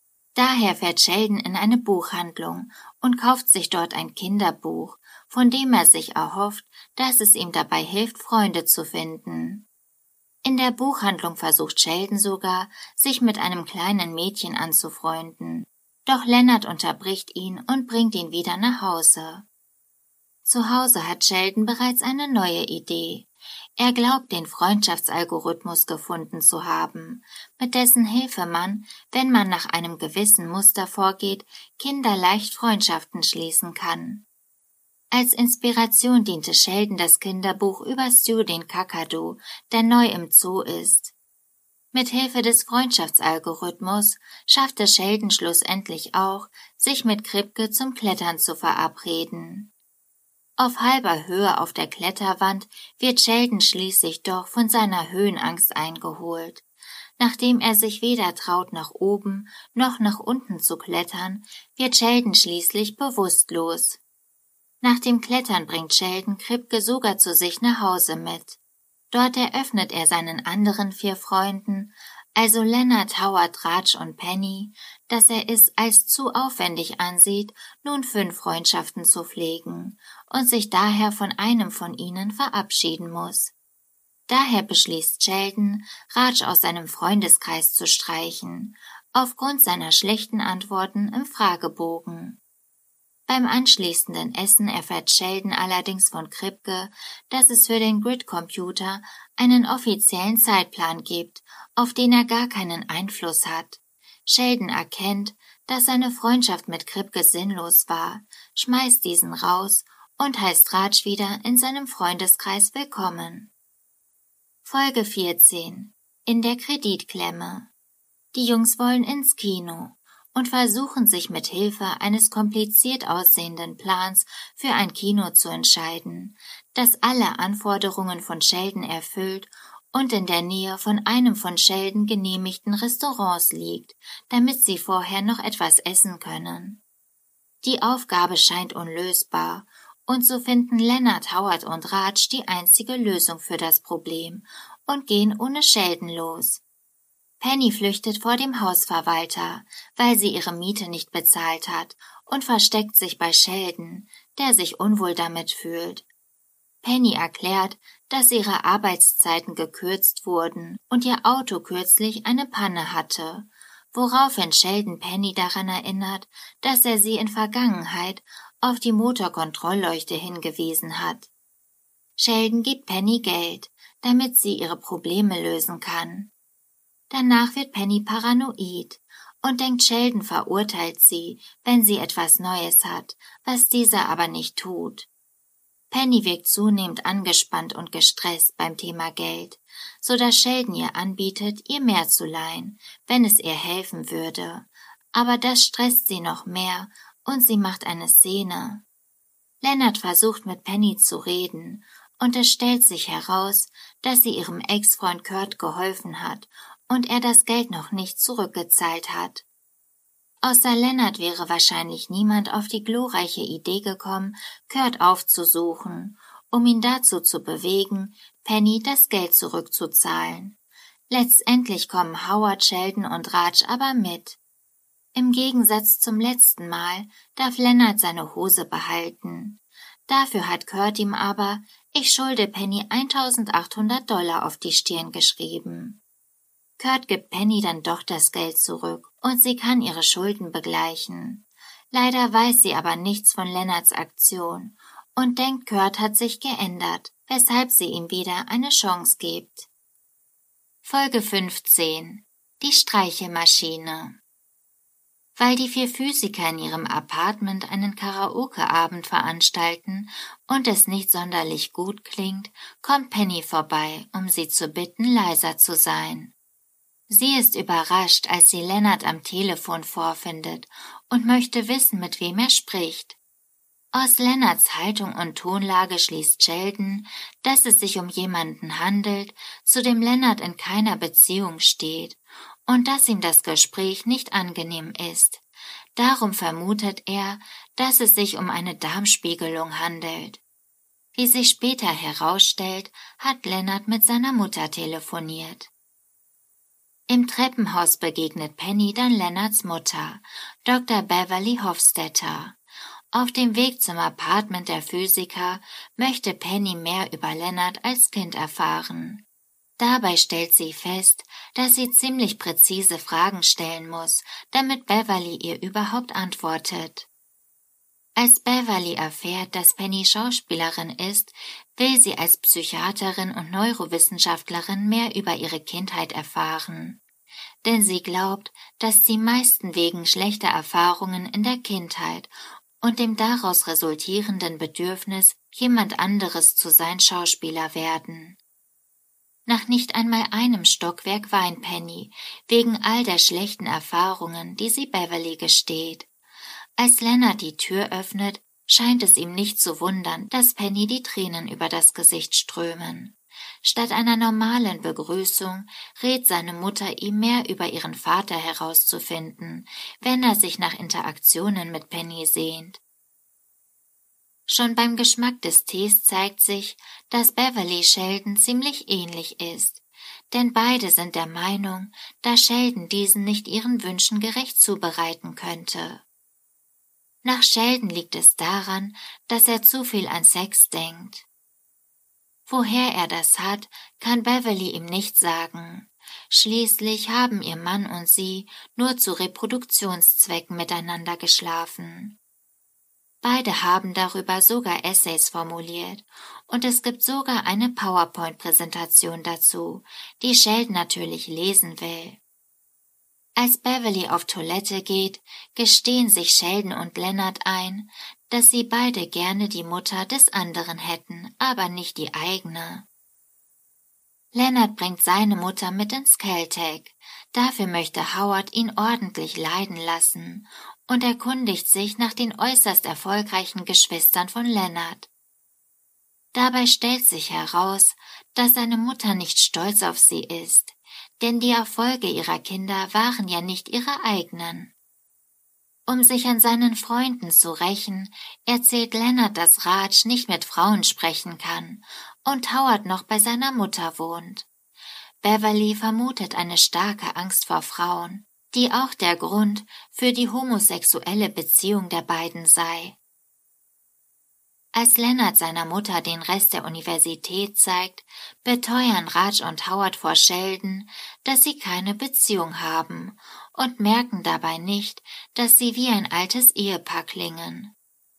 Daher fährt Sheldon in eine Buchhandlung und kauft sich dort ein Kinderbuch, von dem er sich erhofft, dass es ihm dabei hilft, Freunde zu finden. In der Buchhandlung versucht Sheldon sogar, sich mit einem kleinen Mädchen anzufreunden. Doch Leonard unterbricht ihn und bringt ihn wieder nach Hause. Zu Hause hat Sheldon bereits eine neue Idee. Er glaubt, den Freundschaftsalgorithmus gefunden zu haben, mit dessen Hilfe man, wenn man nach einem gewissen Muster vorgeht, kinderleicht Freundschaften schließen kann. Als Inspiration diente Sheldon das Kinderbuch über Stu den Kakadu, der neu im Zoo ist. Mit Hilfe des Freundschaftsalgorithmus schaffte Sheldon schlussendlich auch, sich mit Kripke zum Klettern zu verabreden. Auf halber Höhe auf der Kletterwand wird Sheldon schließlich doch von seiner Höhenangst eingeholt. Nachdem er sich weder traut, nach oben noch nach unten zu klettern, wird Sheldon schließlich bewusstlos. Nach dem Klettern bringt Sheldon Kripke sogar zu sich nach Hause mit. Dort eröffnet er seinen anderen 4 Freunden, also Leonard, Howard, Raj und Penny, dass er es als zu aufwendig ansieht, nun 5 Freundschaften zu pflegen und sich daher von einem von ihnen verabschieden muss. Daher beschließt Sheldon, Raj aus seinem Freundeskreis zu streichen, aufgrund seiner schlechten Antworten im Fragebogen. Beim anschließenden Essen erfährt Sheldon allerdings von Kripke, dass es für den Grid-Computer einen offiziellen Zeitplan gibt, auf den er gar keinen Einfluss hat. Sheldon erkennt, dass seine Freundschaft mit Kripke sinnlos war, schmeißt diesen raus und heißt Raj wieder in seinem Freundeskreis willkommen. Folge 14. In der Kreditklemme. Die Jungs wollen ins Kino und versuchen sich mit Hilfe eines kompliziert aussehenden Plans für ein Kino zu entscheiden, das alle Anforderungen von Sheldon erfüllt und in der Nähe von einem von Sheldon genehmigten Restaurants liegt, damit sie vorher noch etwas essen können. Die Aufgabe scheint unlösbar, und so finden Leonard, Howard und Raj die einzige Lösung für das Problem und gehen ohne Sheldon los. Penny flüchtet vor dem Hausverwalter, weil sie ihre Miete nicht bezahlt hat, und versteckt sich bei Sheldon, der sich unwohl damit fühlt. Penny erklärt, dass ihre Arbeitszeiten gekürzt wurden und ihr Auto kürzlich eine Panne hatte, woraufhin Sheldon Penny daran erinnert, dass er sie in Vergangenheit auf die Motorkontrollleuchte hingewiesen hat. Sheldon gibt Penny Geld, damit sie ihre Probleme lösen kann. Danach wird Penny paranoid und denkt, Sheldon verurteilt sie, wenn sie etwas Neues hat, was dieser aber nicht tut. Penny wirkt zunehmend angespannt und gestresst beim Thema Geld, so dass Sheldon ihr anbietet, ihr mehr zu leihen, wenn es ihr helfen würde. Aber das stresst sie noch mehr und sie macht eine Szene. Leonard versucht mit Penny zu reden und es stellt sich heraus, dass sie ihrem Ex-Freund Kurt geholfen hat und er das Geld noch nicht zurückgezahlt hat. Außer Leonard wäre wahrscheinlich niemand auf die glorreiche Idee gekommen, Kurt aufzusuchen, um ihn dazu zu bewegen, Penny das Geld zurückzuzahlen. Letztendlich kommen Howard, Sheldon und Raj aber mit. Im Gegensatz zum letzten Mal darf Leonard seine Hose behalten. Dafür hat Kurt ihm aber „Ich schulde Penny $1.800 auf die Stirn geschrieben. Kurt gibt Penny dann doch das Geld zurück und sie kann ihre Schulden begleichen. Leider weiß sie aber nichts von Leonards Aktion und denkt, Kurt hat sich geändert, weshalb sie ihm wieder eine Chance gibt. Folge 15. Die Streichelmaschine. Weil die 4 Physiker in ihrem Apartment einen Karaoke-Abend veranstalten und es nicht sonderlich gut klingt, kommt Penny vorbei, um sie zu bitten, leiser zu sein. Sie ist überrascht, als sie Leonard am Telefon vorfindet und möchte wissen, mit wem er spricht. Aus Leonards Haltung und Tonlage schließt Sheldon, dass es sich um jemanden handelt, zu dem Leonard in keiner Beziehung steht und dass ihm das Gespräch nicht angenehm ist. Darum vermutet er, dass es sich um eine Darmspiegelung handelt. Wie sich später herausstellt, hat Leonard mit seiner Mutter telefoniert. Im Treppenhaus begegnet Penny dann Leonards Mutter, Dr. Beverly Hofstetter. Auf dem Weg zum Apartment der Physiker möchte Penny mehr über Leonard als Kind erfahren. Dabei stellt sie fest, dass sie ziemlich präzise Fragen stellen muss, damit Beverly ihr überhaupt antwortet. Als Beverly erfährt, dass Penny Schauspielerin ist, will sie als Psychiaterin und Neurowissenschaftlerin mehr über ihre Kindheit erfahren. Denn sie glaubt, dass die meisten wegen schlechter Erfahrungen in der Kindheit und dem daraus resultierenden Bedürfnis, jemand anderes zu sein, Schauspieler werden. Nach nicht einmal einem Stockwerk weint Penny, wegen all der schlechten Erfahrungen, die sie Beverly gesteht. Als Leonard die Tür öffnet, scheint es ihm nicht zu wundern, dass Penny die Tränen über das Gesicht strömen. Statt einer normalen Begrüßung rät seine Mutter ihm mehr über ihren Vater herauszufinden, wenn er sich nach Interaktionen mit Penny sehnt. Schon beim Geschmack des Tees zeigt sich, dass Beverly Sheldon ziemlich ähnlich ist, denn beide sind der Meinung, dass Sheldon diesen nicht ihren Wünschen gerecht zubereiten könnte. Nach Sheldon liegt es daran, dass er zu viel an Sex denkt. Woher er das hat, kann Beverly ihm nicht sagen. Schließlich haben ihr Mann und sie nur zu Reproduktionszwecken miteinander geschlafen. Beide haben darüber sogar Essays formuliert und es gibt sogar eine PowerPoint-Präsentation dazu, die Sheldon natürlich lesen will. Als Beverly auf Toilette geht, gestehen sich Sheldon und Leonard ein, dass sie beide gerne die Mutter des anderen hätten, aber nicht die eigene. Leonard bringt seine Mutter mit ins Caltech. Dafür möchte Howard ihn ordentlich leiden lassen und erkundigt sich nach den äußerst erfolgreichen Geschwistern von Leonard. Dabei stellt sich heraus, dass seine Mutter nicht stolz auf sie ist, denn die Erfolge ihrer Kinder waren ja nicht ihre eigenen. Um sich an seinen Freunden zu rächen, erzählt Leonard, dass Raj nicht mit Frauen sprechen kann und Howard noch bei seiner Mutter wohnt. Beverly vermutet eine starke Angst vor Frauen, die auch der Grund für die homosexuelle Beziehung der beiden sei. Als Leonard seiner Mutter den Rest der Universität zeigt, beteuern Raj und Howard vor Sheldon, dass sie keine Beziehung haben und merken dabei nicht, dass sie wie ein altes Ehepaar klingen.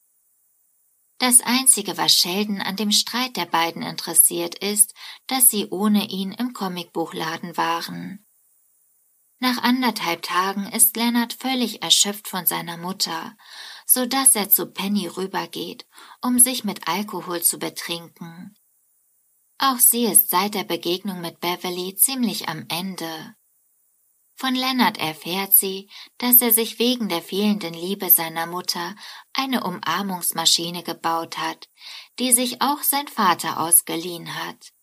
Das Einzige, was Sheldon an dem Streit der beiden interessiert, ist, dass sie ohne ihn im Comicbuchladen waren. Nach 1,5 Tagen ist Leonard völlig erschöpft von seiner Mutter, so dass er zu Penny rübergeht, um sich mit Alkohol zu betrinken. Auch sie ist seit der Begegnung mit Beverly ziemlich am Ende. Von Leonard erfährt sie, dass er sich wegen der fehlenden Liebe seiner Mutter eine Umarmungsmaschine gebaut hat, die sich auch sein Vater ausgeliehen hat.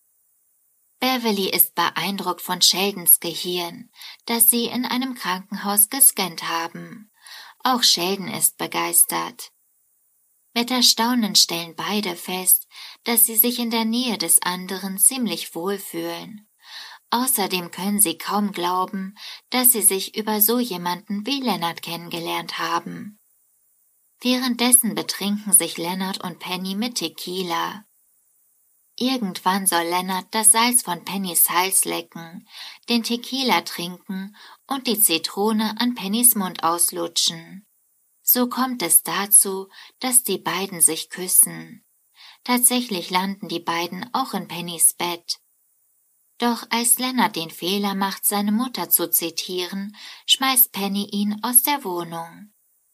Beverly ist beeindruckt von Sheldons Gehirn, das sie in einem Krankenhaus gescannt haben. Auch Sheldon ist begeistert. Mit Erstaunen stellen beide fest, dass sie sich in der Nähe des anderen ziemlich wohlfühlen. Außerdem können sie kaum glauben, dass sie sich über so jemanden wie Leonard kennengelernt haben. Währenddessen betrinken sich Leonard und Penny mit Tequila. Irgendwann soll Leonard das Salz von Pennys Hals lecken, den Tequila trinken und die Zitrone an Pennys Mund auslutschen. So kommt es dazu, dass die beiden sich küssen. Tatsächlich landen die beiden auch in Pennys Bett. Doch als Leonard den Fehler macht, seine Mutter zu zitieren, schmeißt Penny ihn aus der Wohnung.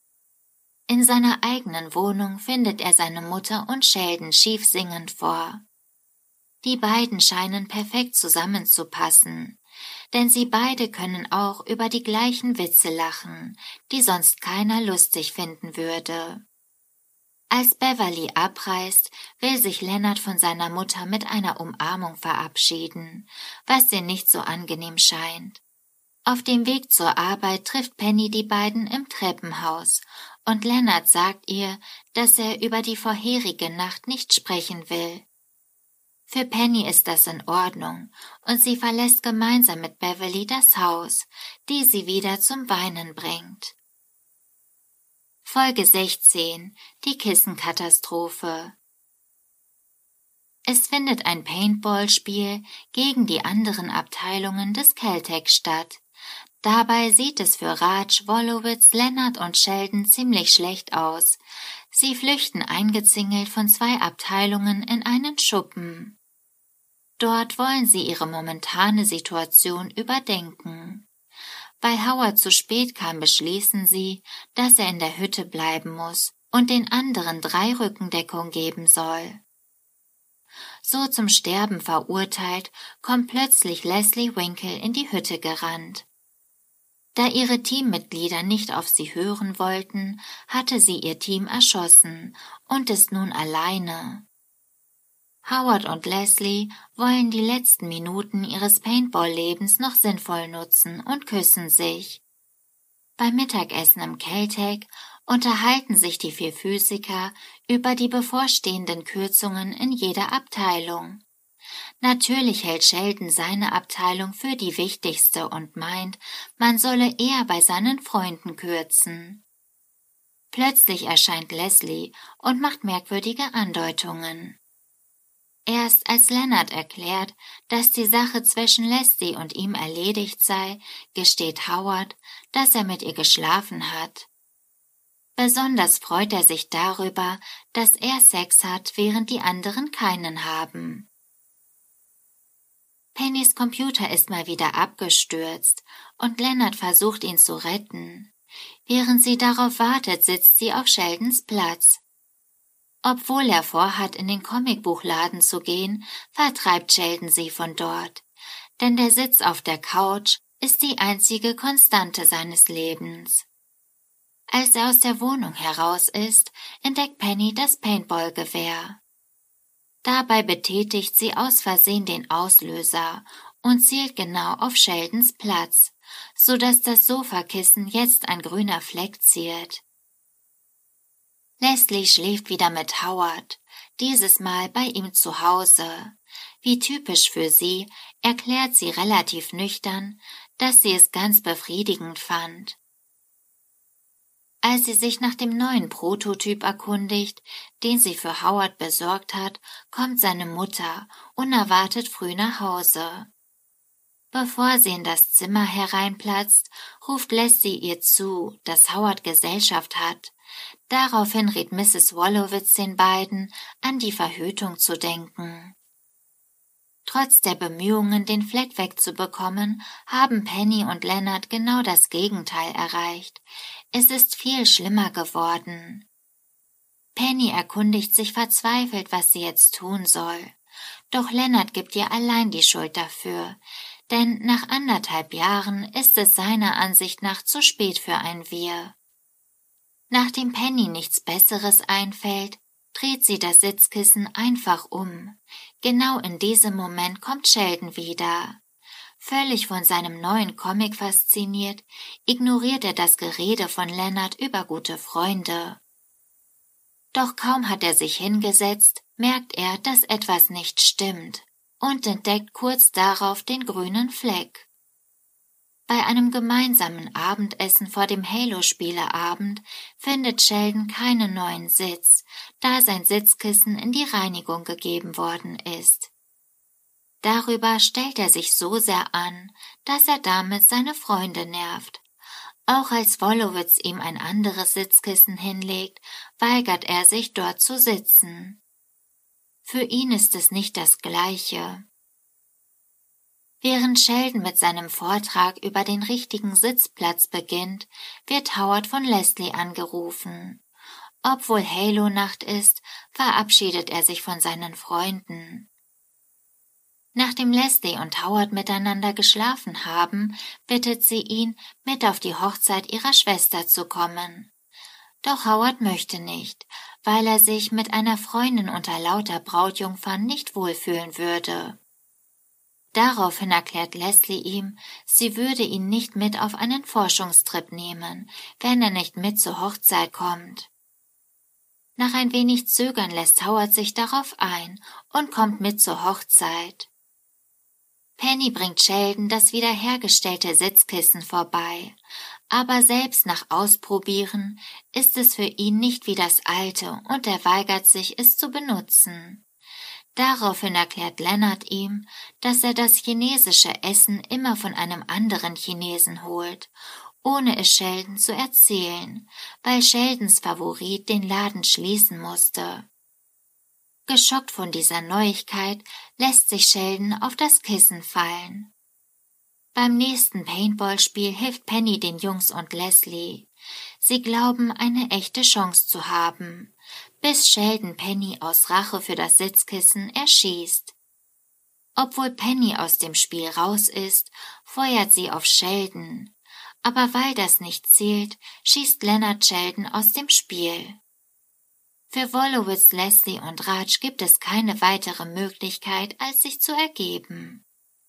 In seiner eigenen Wohnung findet er seine Mutter und Sheldon schief singend vor. Die beiden scheinen perfekt zusammenzupassen, denn sie beide können auch über die gleichen Witze lachen, die sonst keiner lustig finden würde. Als Beverly abreist, will sich Leonard von seiner Mutter mit einer Umarmung verabschieden, was ihr nicht so angenehm scheint. Auf dem Weg zur Arbeit trifft Penny die beiden im Treppenhaus und Leonard sagt ihr, dass er über die vorherige Nacht nicht sprechen will. Für Penny ist das in Ordnung und sie verlässt gemeinsam mit Beverly das Haus, die sie wieder zum Weinen bringt. Folge 16 – Die Kissenkatastrophe. Es findet ein Paintball-Spiel gegen die anderen Abteilungen des Caltech statt. Dabei sieht es für Raj, Wolowitz, Leonard und Sheldon ziemlich schlecht aus. Sie flüchten eingezingelt von 2 Abteilungen in einen Schuppen. Dort wollen sie ihre momentane Situation überdenken. Weil Howard zu spät kam, beschließen sie, dass er in der Hütte bleiben muss und den anderen 3 Rückendeckung geben soll. So zum Sterben verurteilt, kommt plötzlich Leslie Winkle in die Hütte gerannt. Da ihre Teammitglieder nicht auf sie hören wollten, hatte sie ihr Team erschossen und ist nun alleine. Howard und Leslie wollen die letzten Minuten ihres Paintball-Lebens noch sinnvoll nutzen und küssen sich. Beim Mittagessen im Caltech unterhalten sich die 4 Physiker über die bevorstehenden Kürzungen in jeder Abteilung. Natürlich hält Sheldon seine Abteilung für die wichtigste und meint, man solle eher bei seinen Freunden kürzen. Plötzlich erscheint Leslie und macht merkwürdige Andeutungen. Erst als Leonard erklärt, dass die Sache zwischen Leslie und ihm erledigt sei, gesteht Howard, dass er mit ihr geschlafen hat. Besonders freut er sich darüber, dass er Sex hat, während die anderen keinen haben. Pennys Computer ist mal wieder abgestürzt und Leonard versucht, ihn zu retten. Während sie darauf wartet, sitzt sie auf Sheldons Platz. Obwohl er vorhat, in den Comicbuchladen zu gehen, vertreibt Sheldon sie von dort, denn der Sitz auf der Couch ist die einzige Konstante seines Lebens. Als er aus der Wohnung heraus ist, entdeckt Penny das Paintball-Gewehr. Dabei betätigt sie aus Versehen den Auslöser und zielt genau auf Sheldons Platz, so dass das Sofakissen jetzt ein grüner Fleck ziert. Leslie schläft wieder mit Howard, dieses Mal bei ihm zu Hause. Wie typisch für sie, erklärt sie relativ nüchtern, dass sie es ganz befriedigend fand. Als sie sich nach dem neuen Prototyp erkundigt, den sie für Howard besorgt hat, kommt seine Mutter unerwartet früh nach Hause. Bevor sie in das Zimmer hereinplatzt, ruft Leslie ihr zu, dass Howard Gesellschaft hat. Daraufhin rät Mrs. Wolowitz den beiden, an die Verhütung zu denken. Trotz der Bemühungen, den Fleck wegzubekommen, haben Penny und Leonard genau das Gegenteil erreicht. Es ist viel schlimmer geworden. Penny erkundigt sich verzweifelt, was sie jetzt tun soll. Doch Leonard gibt ihr allein die Schuld dafür, denn nach 1,5 Jahren ist es seiner Ansicht nach zu spät für ein Wir. Nachdem Penny nichts Besseres einfällt, dreht sie das Sitzkissen einfach um. Genau in diesem Moment kommt Sheldon wieder. Völlig von seinem neuen Comic fasziniert, ignoriert er das Gerede von Leonard über gute Freunde. Doch kaum hat er sich hingesetzt, merkt er, dass etwas nicht stimmt und entdeckt kurz darauf den grünen Fleck. Bei einem gemeinsamen Abendessen vor dem Halo-Spieleabend findet Sheldon keinen neuen Sitz, da sein Sitzkissen in die Reinigung gegeben worden ist. Darüber stellt er sich so sehr an, dass er damit seine Freunde nervt. Auch als Wolowitz ihm ein anderes Sitzkissen hinlegt, weigert er sich dort zu sitzen. Für ihn ist es nicht das Gleiche. Während Sheldon mit seinem Vortrag über den richtigen Sitzplatz beginnt, wird Howard von Leslie angerufen. Obwohl Halo-Nacht ist, verabschiedet er sich von seinen Freunden. Nachdem Leslie und Howard miteinander geschlafen haben, bittet sie ihn, mit auf die Hochzeit ihrer Schwester zu kommen. Doch Howard möchte nicht, weil er sich mit einer Freundin unter lauter Brautjungfern nicht wohlfühlen würde. Daraufhin erklärt Leslie ihm, sie würde ihn nicht mit auf einen Forschungstrip nehmen, wenn er nicht mit zur Hochzeit kommt. Nach ein wenig Zögern lässt Howard sich darauf ein und kommt mit zur Hochzeit. Penny bringt Sheldon das wiederhergestellte Sitzkissen vorbei, aber selbst nach Ausprobieren ist es für ihn nicht wie das alte und er weigert sich, es zu benutzen. Daraufhin erklärt Leonard ihm, dass er das chinesische Essen immer von einem anderen Chinesen holt, ohne es Sheldon zu erzählen, weil Sheldons Favorit den Laden schließen musste. Geschockt von dieser Neuigkeit lässt sich Sheldon auf das Kissen fallen. Beim nächsten Paintballspiel hilft Penny den Jungs und Leslie. Sie glauben, eine echte Chance zu haben, bis Sheldon Penny aus Rache für das Sitzkissen erschießt. Obwohl Penny aus dem Spiel raus ist, feuert sie auf Sheldon. Aber weil das nicht zählt, schießt Leonard Sheldon aus dem Spiel. Für Wolowitz, Leslie und Raj gibt es keine weitere Möglichkeit, als sich zu ergeben.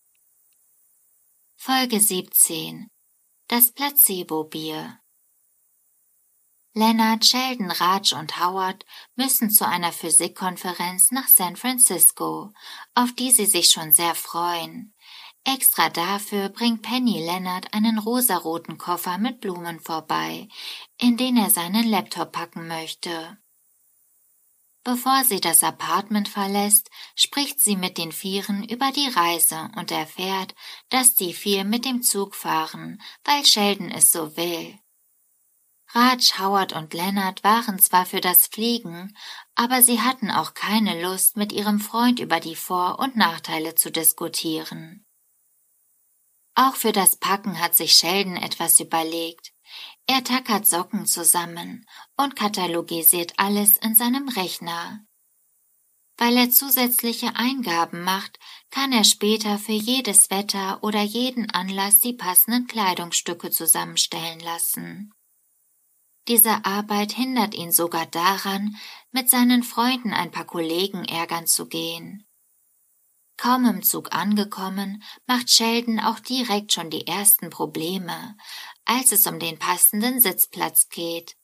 Folge 17. Das Placebo-Bier. Leonard, Sheldon, Raj und Howard müssen zu einer Physikkonferenz nach San Francisco, auf die sie sich schon sehr freuen. Extra dafür bringt Penny Leonard einen rosaroten Koffer mit Blumen vorbei, in den er seinen Laptop packen möchte. Bevor sie das Apartment verlässt, spricht sie mit den Vieren über die Reise und erfährt, dass die 4 mit dem Zug fahren, weil Sheldon es so will. Raj, Howard und Leonard waren zwar für das Fliegen, aber sie hatten auch keine Lust, mit ihrem Freund über die Vor- und Nachteile zu diskutieren. Auch für das Packen hat sich Sheldon etwas überlegt. Er tackert Socken zusammen und katalogisiert alles in seinem Rechner. Weil er zusätzliche Eingaben macht, kann er später für jedes Wetter oder jeden Anlass die passenden Kleidungsstücke zusammenstellen lassen. Diese Arbeit hindert ihn sogar daran, mit seinen Freunden ein paar Kollegen ärgern zu gehen. Kaum im Zug angekommen, macht Sheldon auch direkt schon die ersten Probleme, als es um den passenden Sitzplatz geht.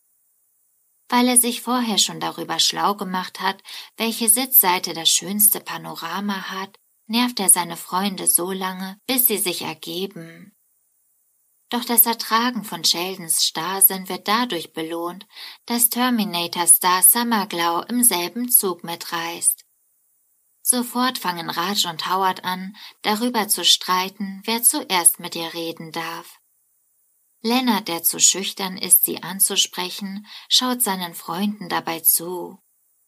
Weil er sich vorher schon darüber schlau gemacht hat, welche Sitzseite das schönste Panorama hat, nervt er seine Freunde so lange, bis sie sich ergeben. Doch das Ertragen von Sheldons Starrsinn wird dadurch belohnt, dass Terminator-Star Summerglau im selben Zug mitreist. Sofort fangen Raj und Howard an, darüber zu streiten, wer zuerst mit ihr reden darf. Leonard, der zu schüchtern ist, sie anzusprechen, schaut seinen Freunden dabei zu.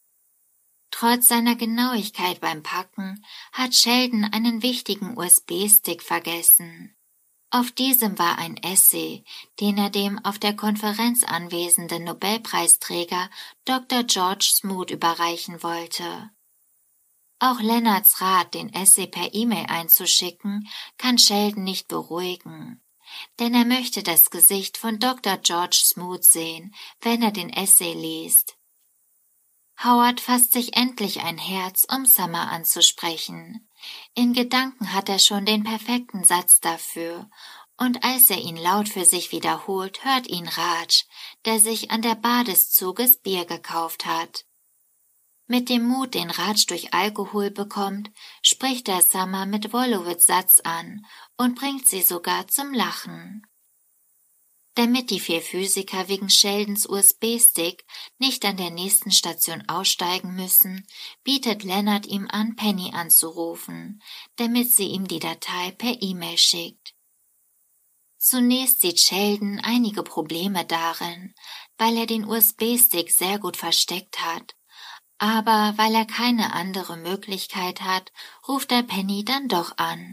Trotz seiner Genauigkeit beim Packen hat Sheldon einen wichtigen USB-Stick vergessen. Auf diesem war ein Essay, den er dem auf der Konferenz anwesenden Nobelpreisträger Dr. George Smoot überreichen wollte. Auch Leonards Rat, den Essay per E-Mail einzuschicken, kann Sheldon nicht beruhigen. Denn er möchte das Gesicht von Dr. George Smoot sehen, wenn er den Essay liest. Howard fasst sich endlich ein Herz, um Summer anzusprechen. In Gedanken hat er schon den perfekten Satz dafür, und als er ihn laut für sich wiederholt, hört ihn Raj, der sich an der Bar des Zuges Bier gekauft hat. Mit dem Mut, den Raj durch Alkohol bekommt, spricht er Summer mit Wolowitz' Satz an und bringt sie sogar zum Lachen. Damit die 4 Physiker wegen Sheldons USB-Stick nicht an der nächsten Station aussteigen müssen, bietet Leonard ihm an, Penny anzurufen, damit sie ihm die Datei per E-Mail schickt. Zunächst sieht Sheldon einige Probleme darin, weil er den USB-Stick sehr gut versteckt hat. Aber weil er keine andere Möglichkeit hat, ruft er Penny dann doch an.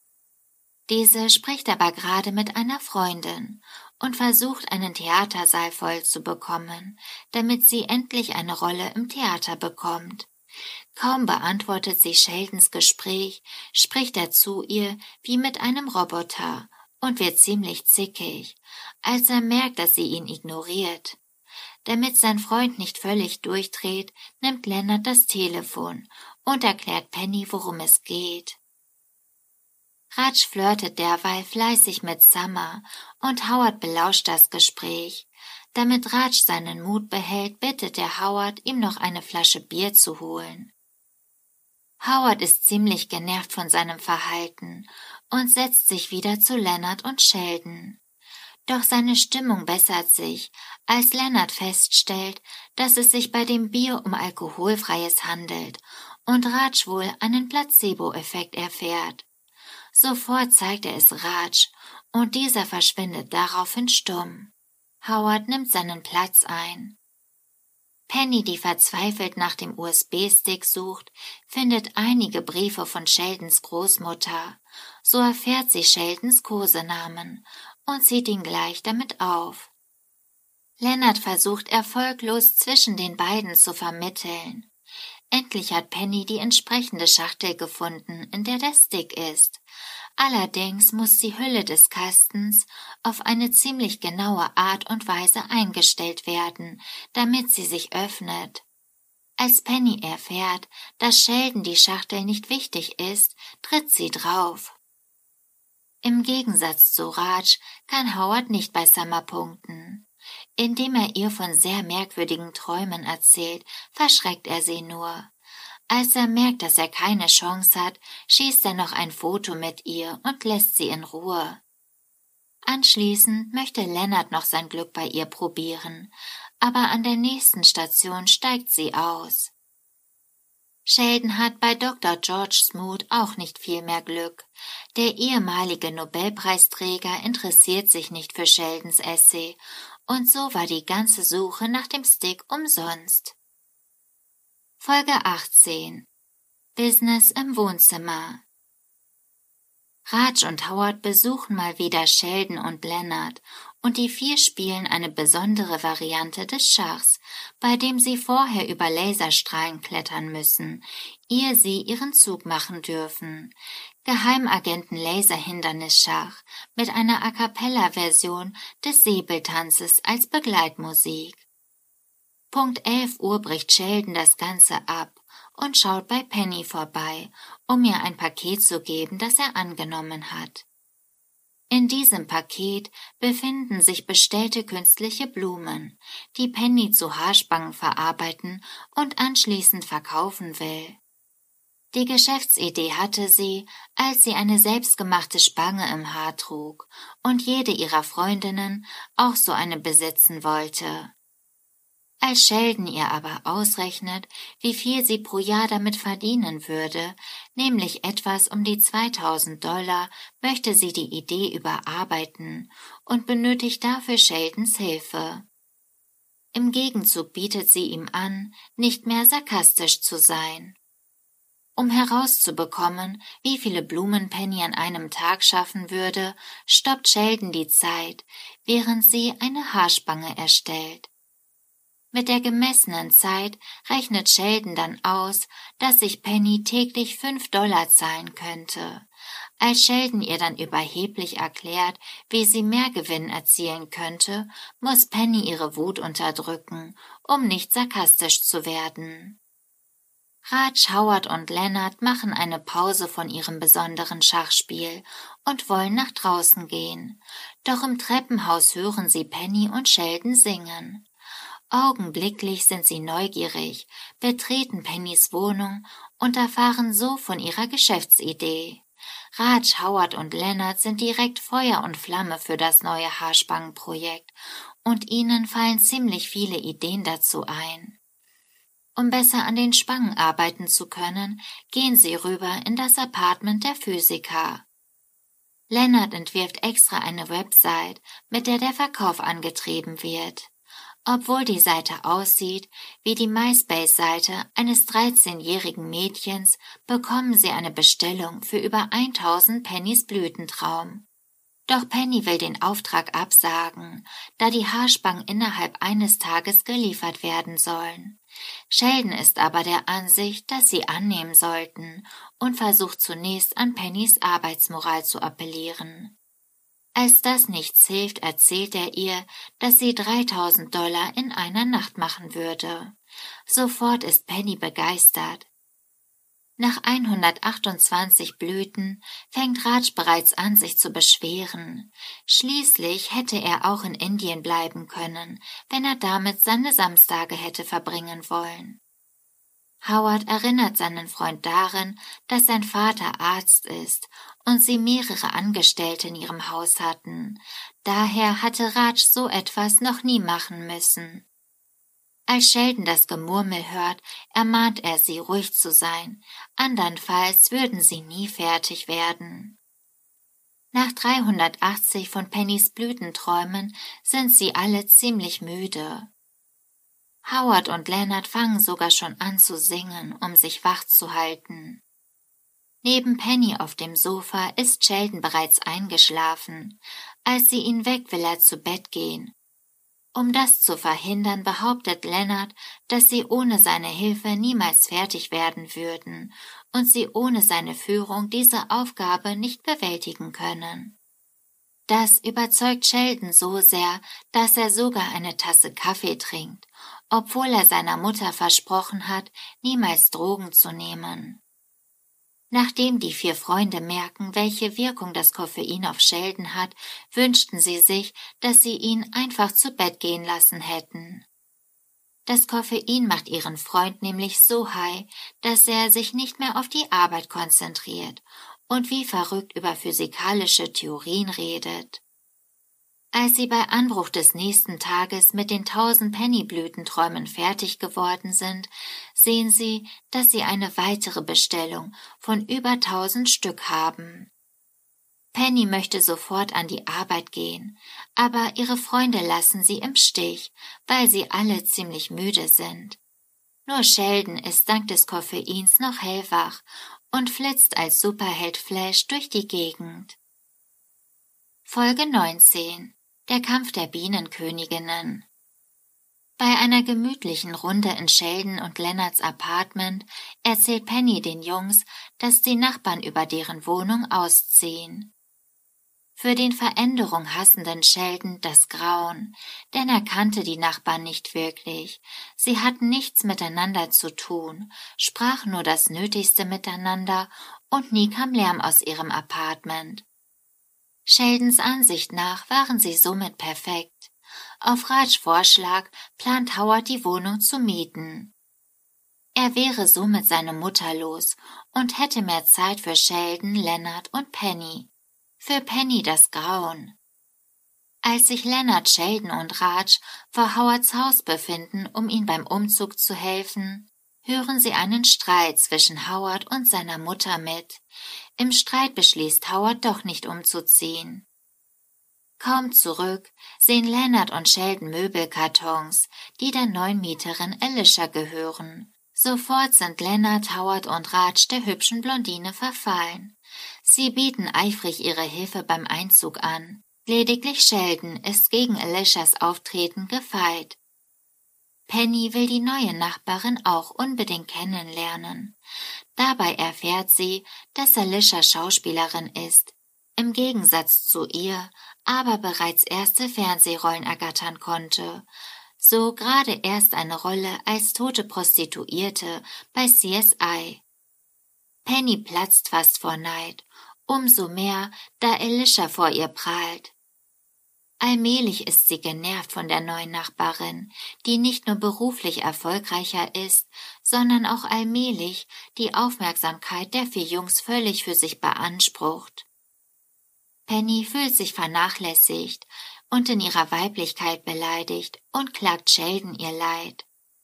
Diese spricht aber gerade mit einer Freundin und versucht, einen Theatersaal voll zu bekommen, damit sie endlich eine Rolle im Theater bekommt. Kaum beantwortet sie Sheldons Gespräch, spricht er zu ihr wie mit einem Roboter und wird ziemlich zickig, als er merkt, dass sie ihn ignoriert. Damit sein Freund nicht völlig durchdreht, nimmt Leonard das Telefon und erklärt Penny, worum es geht. Raj flirtet derweil fleißig mit Summer und Howard belauscht das Gespräch. Damit Raj seinen Mut behält, bittet er Howard, ihm noch eine Flasche Bier zu holen. Howard ist ziemlich genervt von seinem Verhalten und setzt sich wieder zu Leonard und Sheldon. Doch seine Stimmung bessert sich, als Leonard feststellt, dass es sich bei dem Bier um Alkoholfreies handelt und Raj wohl einen Placebo-Effekt erfährt. Sofort zeigt er es Raj und dieser verschwindet daraufhin stumm. Howard nimmt seinen Platz ein. Penny, die verzweifelt nach dem USB-Stick sucht, findet einige Briefe von Sheldons Großmutter. So erfährt sie Sheldons Kosenamen und zieht ihn gleich damit auf. Leonard versucht erfolglos zwischen den beiden zu vermitteln. Endlich hat Penny die entsprechende Schachtel gefunden, in der der Stick ist. Allerdings muss die Hülle des Kastens auf eine ziemlich genaue Art und Weise eingestellt werden, damit sie sich öffnet. Als Penny erfährt, dass Sheldon die Schachtel nicht wichtig ist, tritt sie drauf. Im Gegensatz zu Raj kann Howard nicht bei Summer punkten. Indem er ihr von sehr merkwürdigen Träumen erzählt, verschreckt er sie nur. Als er merkt, dass er keine Chance hat, schießt er noch ein Foto mit ihr und lässt sie in Ruhe. Anschließend möchte Leonard noch sein Glück bei ihr probieren, aber an der nächsten Station steigt sie aus. Sheldon hat bei Dr. George Smoot auch nicht viel mehr Glück. Der ehemalige Nobelpreisträger interessiert sich nicht für Sheldons Essay und so war die ganze Suche nach dem Stick umsonst. Folge 18 Business im Wohnzimmer. Raj und Howard besuchen mal wieder Sheldon und Leonard, und die vier spielen eine besondere Variante des Schachs, bei dem sie vorher über Laserstrahlen klettern müssen, ehe sie ihren Zug machen dürfen. Geheimagenten-Laserhindernisschach mit einer A-cappella-Version des Säbeltanzes als Begleitmusik. Punkt 11 Uhr bricht Sheldon das Ganze ab und schaut bei Penny vorbei, um ihr ein Paket zu geben, das er angenommen hat. In diesem Paket befinden sich bestellte künstliche Blumen, die Penny zu Haarspangen verarbeiten und anschließend verkaufen will. Die Geschäftsidee hatte sie, als sie eine selbstgemachte Spange im Haar trug und jede ihrer Freundinnen auch so eine besitzen wollte. Als Sheldon ihr aber ausrechnet, wie viel sie pro Jahr damit verdienen würde, nämlich etwas um die $2000, möchte sie die Idee überarbeiten und benötigt dafür Sheldons Hilfe. Im Gegenzug bietet sie ihm an, nicht mehr sarkastisch zu sein. Um herauszubekommen, wie viele Blumen Penny an einem Tag schaffen würde, stoppt Sheldon die Zeit, während sie eine Haarspange erstellt. Mit der gemessenen Zeit rechnet Sheldon dann aus, dass sich Penny täglich $5 zahlen könnte. Als Sheldon ihr dann überheblich erklärt, wie sie mehr Gewinn erzielen könnte, muss Penny ihre Wut unterdrücken, um nicht sarkastisch zu werden. Raj, Howard und Leonard machen eine Pause von ihrem besonderen Schachspiel und wollen nach draußen gehen. Doch im Treppenhaus hören sie Penny und Sheldon singen. Augenblicklich sind sie neugierig, betreten Pennys Wohnung und erfahren so von ihrer Geschäftsidee. Raj, Howard und Leonard sind direkt Feuer und Flamme für das neue Haarspangenprojekt und ihnen fallen ziemlich viele Ideen dazu ein. Um besser an den Spangen arbeiten zu können, gehen sie rüber in das Apartment der Physiker. Leonard entwirft extra eine Website, mit der der Verkauf angetrieben wird. Obwohl die Seite aussieht wie die MySpace-Seite eines 13-jährigen Mädchens, bekommen sie eine Bestellung für über 1000 Pennys Blütentraum. Doch Penny will den Auftrag absagen, da die Haarspangen innerhalb eines Tages geliefert werden sollen. Sheldon ist aber der Ansicht, dass sie annehmen sollten und versucht zunächst an Pennys Arbeitsmoral zu appellieren. Als das nichts hilft, erzählt er ihr, dass sie $3000 in einer Nacht machen würde. Sofort ist Penny begeistert. Nach 128 Blüten fängt Raj bereits an, sich zu beschweren. Schließlich hätte er auch in Indien bleiben können, wenn er damit seine Samstage hätte verbringen wollen. Howard erinnert seinen Freund daran, dass sein Vater Arzt ist und sie mehrere Angestellte in ihrem Haus hatten. Daher hatte Raj so etwas noch nie machen müssen. Als Sheldon das Gemurmel hört, ermahnt er sie, ruhig zu sein, andernfalls würden sie nie fertig werden. Nach 380 von Pennys Blütenträumen sind sie alle ziemlich müde. Howard und Leonard fangen sogar schon an zu singen, um sich wach zu halten. Neben Penny auf dem Sofa ist Sheldon bereits eingeschlafen. Als sie ihn weckt, will er zu Bett gehen. Um das zu verhindern, behauptet Leonard, dass sie ohne seine Hilfe niemals fertig werden würden und sie ohne seine Führung diese Aufgabe nicht bewältigen können. Das überzeugt Sheldon so sehr, dass er sogar eine Tasse Kaffee trinkt, obwohl er seiner Mutter versprochen hat, niemals Drogen zu nehmen. Nachdem die 4 Freunde merken, welche Wirkung das Koffein auf Sheldon hat, wünschten sie sich, dass sie ihn einfach zu Bett gehen lassen hätten. Das Koffein macht ihren Freund nämlich so high, dass er sich nicht mehr auf die Arbeit konzentriert und wie verrückt über physikalische Theorien redet. Als sie bei Anbruch des nächsten Tages mit den 1000 Penny-Blütenträumen fertig geworden sind, sehen sie, dass sie eine weitere Bestellung von über 1000 Stück haben. Penny möchte sofort an die Arbeit gehen, aber ihre Freunde lassen sie im Stich, weil sie alle ziemlich müde sind. Nur Sheldon ist dank des Koffeins noch hellwach und flitzt als Superheld Flash durch die Gegend. Folge 19: Der Kampf der Bienenköniginnen. Bei einer gemütlichen Runde in Sheldon und Leonards Apartment erzählt Penny den Jungs, dass die Nachbarn über deren Wohnung ausziehen. Für den Veränderung hassenden Sheldon das Grauen, denn er kannte die Nachbarn nicht wirklich. Sie hatten nichts miteinander zu tun, sprachen nur das Nötigste miteinander und nie kam Lärm aus ihrem Apartment. Sheldons Ansicht nach waren sie somit perfekt. Auf Rajs Vorschlag plant Howard, die Wohnung zu mieten. Er wäre somit seine Mutter los und hätte mehr Zeit für Sheldon, Leonard und Penny. Für Penny das Grauen. Als sich Leonard, Sheldon und Raj vor Howards Haus befinden, um ihm beim Umzug zu helfen, hören sie einen Streit zwischen Howard und seiner Mutter mit. Im Streit beschließt Howard doch nicht umzuziehen. Kaum zurück sehen Leonard und Sheldon Möbelkartons, die der neuen Mieterin Alicia gehören. Sofort sind Leonard, Howard und Raj der hübschen Blondine verfallen. Sie bieten eifrig ihre Hilfe beim Einzug an. Lediglich Sheldon ist gegen Alicias Auftreten gefeit. Penny will die neue Nachbarin auch unbedingt kennenlernen. Dabei erfährt sie, dass Alicia Schauspielerin ist, im Gegensatz zu ihr aber bereits erste Fernsehrollen ergattern konnte. So gerade erst eine Rolle als tote Prostituierte bei CSI. Penny platzt fast vor Neid, umso mehr, da Alicia vor ihr prahlt. Allmählich ist sie genervt von der neuen Nachbarin, die nicht nur beruflich erfolgreicher ist, sondern auch allmählich die Aufmerksamkeit der 4 Jungs völlig für sich beansprucht. Penny fühlt sich vernachlässigt und in ihrer Weiblichkeit beleidigt und klagt Sheldon ihr Leid.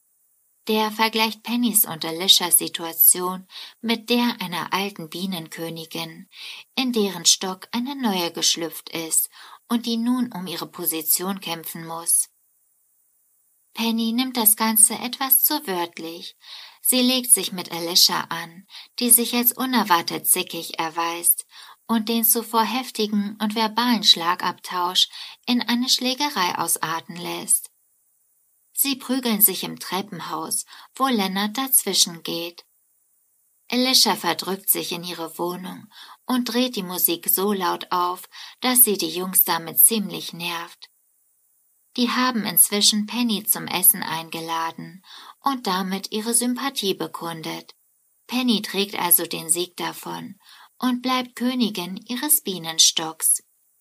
Der vergleicht Pennys und Alicias Situation mit der einer alten Bienenkönigin, in deren Stock eine neue geschlüpft ist und die nun um ihre Position kämpfen muss. Penny nimmt das Ganze etwas zu wörtlich. Sie legt sich mit Alicia an, die sich als unerwartet zickig erweist und den zuvor heftigen und verbalen Schlagabtausch in eine Schlägerei ausarten lässt. Sie prügeln sich im Treppenhaus, wo Leonard dazwischen geht. Alicia verdrückt sich in ihre Wohnung und dreht die Musik so laut auf, dass sie die Jungs damit ziemlich nervt. Die haben inzwischen Penny zum Essen eingeladen und damit ihre Sympathie bekundet. Penny trägt also den Sieg davon und bleibt Königin ihres Bienenstocks.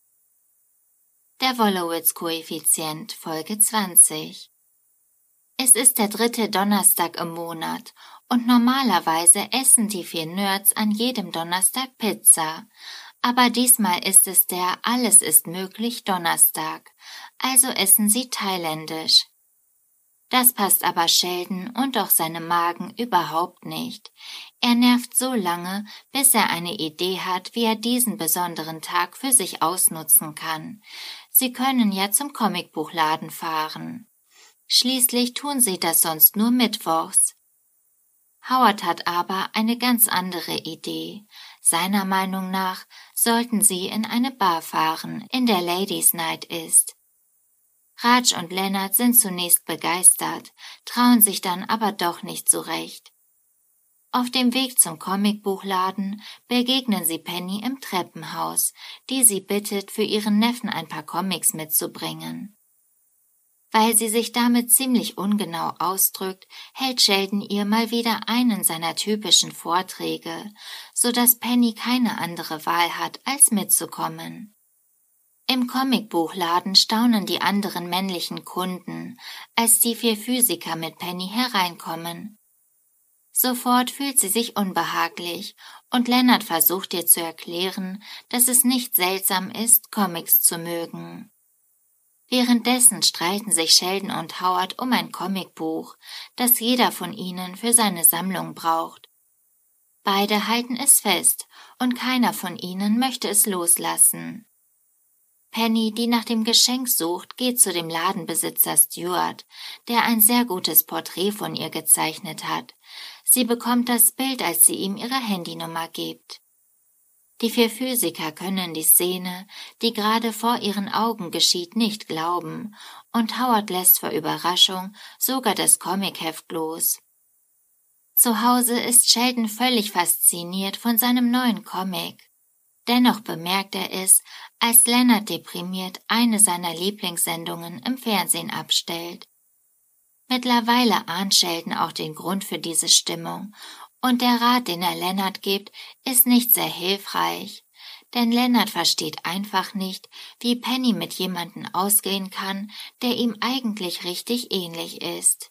Der Wolowitz-Koeffizient, Folge 20. Es ist der 3. Donnerstag im Monat und normalerweise essen die 4 Nerds an jedem Donnerstag Pizza. Aber diesmal ist es der Alles ist möglich Donnerstag, also essen sie thailändisch. Das passt aber Sheldon und auch seinem Magen überhaupt nicht. Er nervt so lange, bis er eine Idee hat, wie er diesen besonderen Tag für sich ausnutzen kann. Sie können ja zum Comicbuchladen fahren. Schließlich tun sie das sonst nur mittwochs. Howard hat aber eine ganz andere Idee. Seiner Meinung nach sollten sie in eine Bar fahren, in der Ladies' Night ist. Raj und Leonard sind zunächst begeistert, trauen sich dann aber doch nicht so recht. Auf dem Weg zum Comicbuchladen begegnen sie Penny im Treppenhaus, die sie bittet, für ihren Neffen ein paar Comics mitzubringen. Weil sie sich damit ziemlich ungenau ausdrückt, hält Sheldon ihr mal wieder einen seiner typischen Vorträge, so dass Penny keine andere Wahl hat, als mitzukommen. Im Comicbuchladen staunen die anderen männlichen Kunden, als die 4 Physiker mit Penny hereinkommen. Sofort fühlt sie sich unbehaglich und Leonard versucht ihr zu erklären, dass es nicht seltsam ist, Comics zu mögen. Währenddessen streiten sich Sheldon und Howard um ein Comicbuch, das jeder von ihnen für seine Sammlung braucht. Beide halten es fest und keiner von ihnen möchte es loslassen. Penny, die nach dem Geschenk sucht, geht zu dem Ladenbesitzer Stuart, der ein sehr gutes Porträt von ihr gezeichnet hat. Sie bekommt das Bild, als sie ihm ihre Handynummer gibt. Die 4 Physiker können die Szene, die gerade vor ihren Augen geschieht, nicht glauben, und Howard lässt vor Überraschung sogar das Comicheft los. Zu Hause ist Sheldon völlig fasziniert von seinem neuen Comic. Dennoch bemerkt er es, als Leonard deprimiert eine seiner Lieblingssendungen im Fernsehen abstellt. Mittlerweile ahnt Sheldon auch den Grund für diese Stimmung, und der Rat, den er Leonard gibt, ist nicht sehr hilfreich, denn Leonard versteht einfach nicht, wie Penny mit jemandem ausgehen kann, der ihm eigentlich richtig ähnlich ist.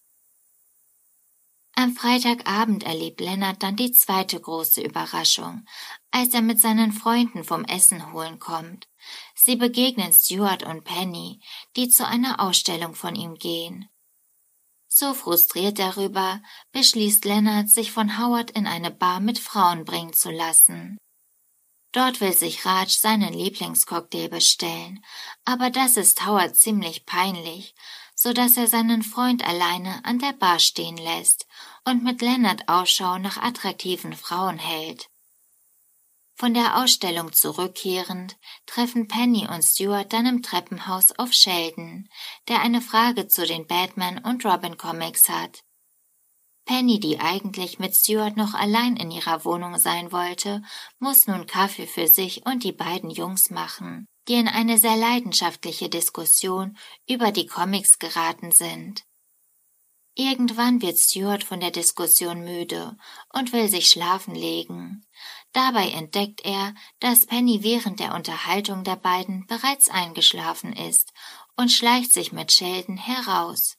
Am Freitagabend erlebt Leonard dann die zweite große Überraschung, als er mit seinen Freunden vom Essen holen kommt. Sie begegnen Stuart und Penny, die zu einer Ausstellung von ihm gehen. So frustriert darüber, beschließt Leonard, sich von Howard in eine Bar mit Frauen bringen zu lassen. Dort will sich Raj seinen Lieblingscocktail bestellen, aber das ist Howard ziemlich peinlich, so dass er seinen Freund alleine an der Bar stehen lässt und mit Leonard Ausschau nach attraktiven Frauen hält. Von der Ausstellung zurückkehrend, treffen Penny und Stuart dann im Treppenhaus auf Sheldon, der eine Frage zu den Batman- und Robin-Comics hat. Penny, die eigentlich mit Stuart noch allein in ihrer Wohnung sein wollte, muss nun Kaffee für sich und die beiden Jungs machen, die in eine sehr leidenschaftliche Diskussion über die Comics geraten sind. Irgendwann wird Stuart von der Diskussion müde und will sich schlafen legen. Dabei entdeckt er, dass Penny während der Unterhaltung der beiden bereits eingeschlafen ist und schleicht sich mit Sheldon heraus.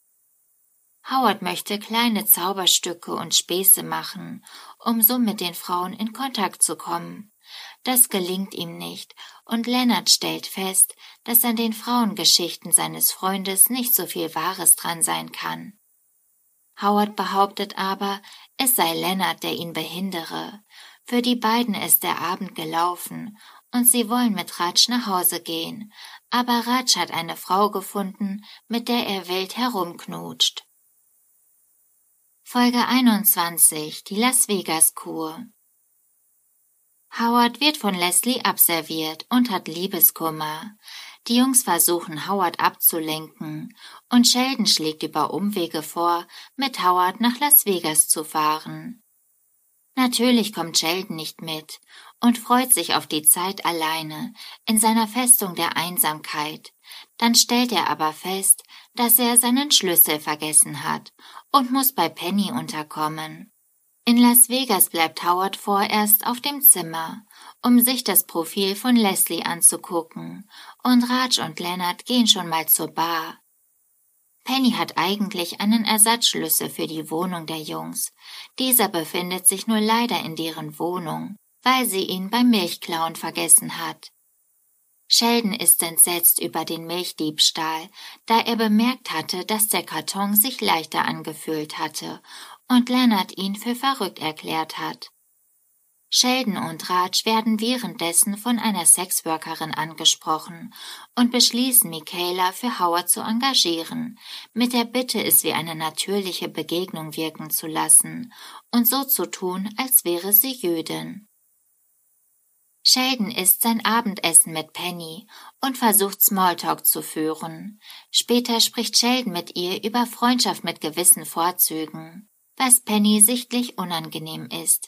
Howard möchte kleine Zauberstücke und Späße machen, um so mit den Frauen in Kontakt zu kommen. Das gelingt ihm nicht, und Leonard stellt fest, dass an den Frauengeschichten seines Freundes nicht so viel Wahres dran sein kann. Howard behauptet aber, es sei Leonard, der ihn behindere. Für die beiden ist der Abend gelaufen, und sie wollen mit Raj nach Hause gehen, aber Raj hat eine Frau gefunden, mit der er wild herumknutscht. Folge 21, die Las Vegas-Kur. Howard wird von Leslie abserviert und hat Liebeskummer. Die Jungs versuchen, Howard abzulenken, und Sheldon schlägt über Umwege vor, mit Howard nach Las Vegas zu fahren. Natürlich kommt Sheldon nicht mit und freut sich auf die Zeit alleine in seiner Festung der Einsamkeit. Dann stellt er aber fest, dass er seinen Schlüssel vergessen hat und muss bei Penny unterkommen. In Las Vegas bleibt Howard vorerst auf dem Zimmer, um sich das Profil von Leslie anzugucken, und Raj und Leonard gehen schon mal zur Bar. Penny hat eigentlich einen Ersatzschlüssel für die Wohnung der Jungs. Dieser befindet sich nur leider in deren Wohnung, weil sie ihn beim Milchklauen vergessen hat. Sheldon ist entsetzt über den Milchdiebstahl, da er bemerkt hatte, dass der Karton sich leichter angefühlt hatte und Leonard ihn für verrückt erklärt hat. Sheldon und Raj werden währenddessen von einer Sexworkerin angesprochen und beschließen, Michaela für Howard zu engagieren, mit der Bitte, es wie eine natürliche Begegnung wirken zu lassen und so zu tun, als wäre sie Jüdin. Sheldon isst sein Abendessen mit Penny und versucht Smalltalk zu führen. Später spricht Sheldon mit ihr über Freundschaft mit gewissen Vorzügen, was Penny sichtlich unangenehm ist.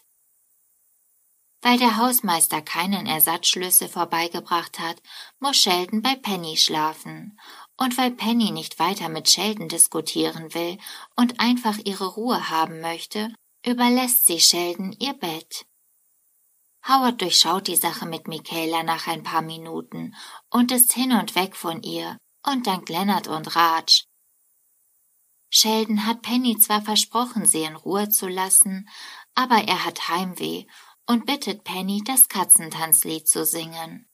Weil der Hausmeister keinen Ersatzschlüssel vorbeigebracht hat, muss Sheldon bei Penny schlafen. Und weil Penny nicht weiter mit Sheldon diskutieren will und einfach ihre Ruhe haben möchte, überlässt sie Sheldon ihr Bett. Howard durchschaut die Sache mit Michaela nach ein paar Minuten und ist hin und weg von ihr und dankt Leonard und Raj. Sheldon hat Penny zwar versprochen, sie in Ruhe zu lassen, aber er hat Heimweh und bittet Penny, das Katzentanzlied zu singen.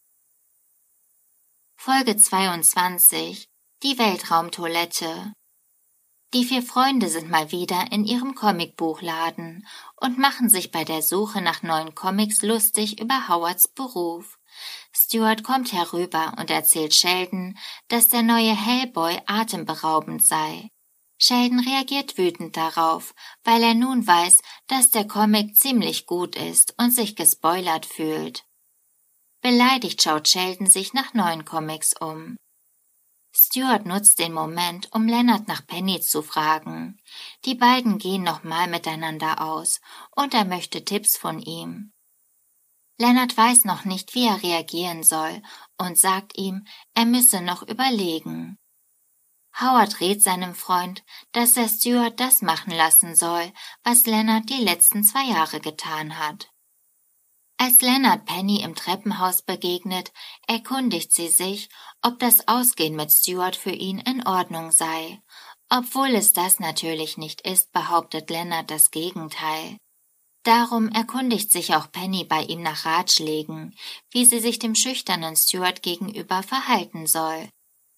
Folge 22. Die Weltraumtoilette. Die 4 Freunde sind mal wieder in ihrem Comicbuchladen und machen sich bei der Suche nach neuen Comics lustig über Howards Beruf. Stuart kommt herüber und erzählt Sheldon, dass der neue Hellboy atemberaubend sei. Sheldon reagiert wütend darauf, weil er nun weiß, dass der Comic ziemlich gut ist und sich gespoilert fühlt. Beleidigt schaut Sheldon sich nach neuen Comics um. Stuart nutzt den Moment, um Leonard nach Penny zu fragen. Die beiden gehen nochmal miteinander aus und er möchte Tipps von ihm. Leonard weiß noch nicht, wie er reagieren soll und sagt ihm, er müsse noch überlegen. Howard rät seinem Freund, dass er Stuart das machen lassen soll, was Leonard die letzten 2 Jahre getan hat. Als Leonard Penny im Treppenhaus begegnet, erkundigt sie sich, ob das Ausgehen mit Stuart für ihn in Ordnung sei. Obwohl es das natürlich nicht ist, behauptet Leonard das Gegenteil. Darum erkundigt sich auch Penny bei ihm nach Ratschlägen, wie sie sich dem schüchternen Stuart gegenüber verhalten soll.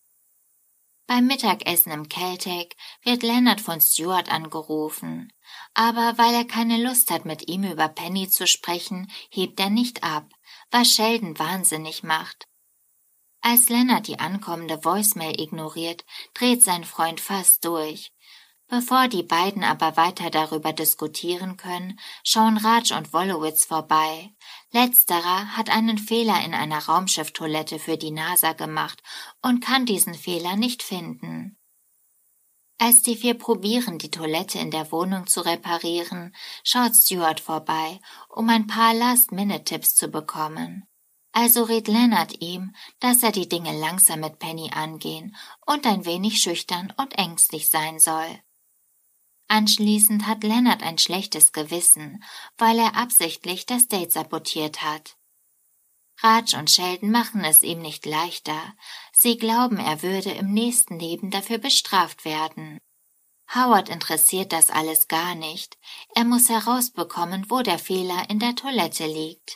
Beim Mittagessen im Caltech wird Leonard von Stuart angerufen, aber weil er keine Lust hat, mit ihm über Penny zu sprechen, hebt er nicht ab, was Sheldon wahnsinnig macht. Als Leonard die ankommende Voicemail ignoriert, dreht sein Freund fast durch. Bevor die beiden aber weiter darüber diskutieren können, schauen Raj und Wolowitz vorbei. Letzterer hat einen Fehler in einer Raumschifftoilette für die NASA gemacht und kann diesen Fehler nicht finden. Als die 4 probieren, die Toilette in der Wohnung zu reparieren, schaut Stuart vorbei, um ein paar Last-Minute-Tipps zu bekommen. Also rät Leonard ihm, dass er die Dinge langsam mit Penny angehen und ein wenig schüchtern und ängstlich sein soll. Anschließend hat Leonard ein schlechtes Gewissen, weil er absichtlich das Date sabotiert hat. Raj und Sheldon machen es ihm nicht leichter. Sie glauben, er würde im nächsten Leben dafür bestraft werden. Howard interessiert das alles gar nicht. Er muss herausbekommen, wo der Fehler in der Toilette liegt.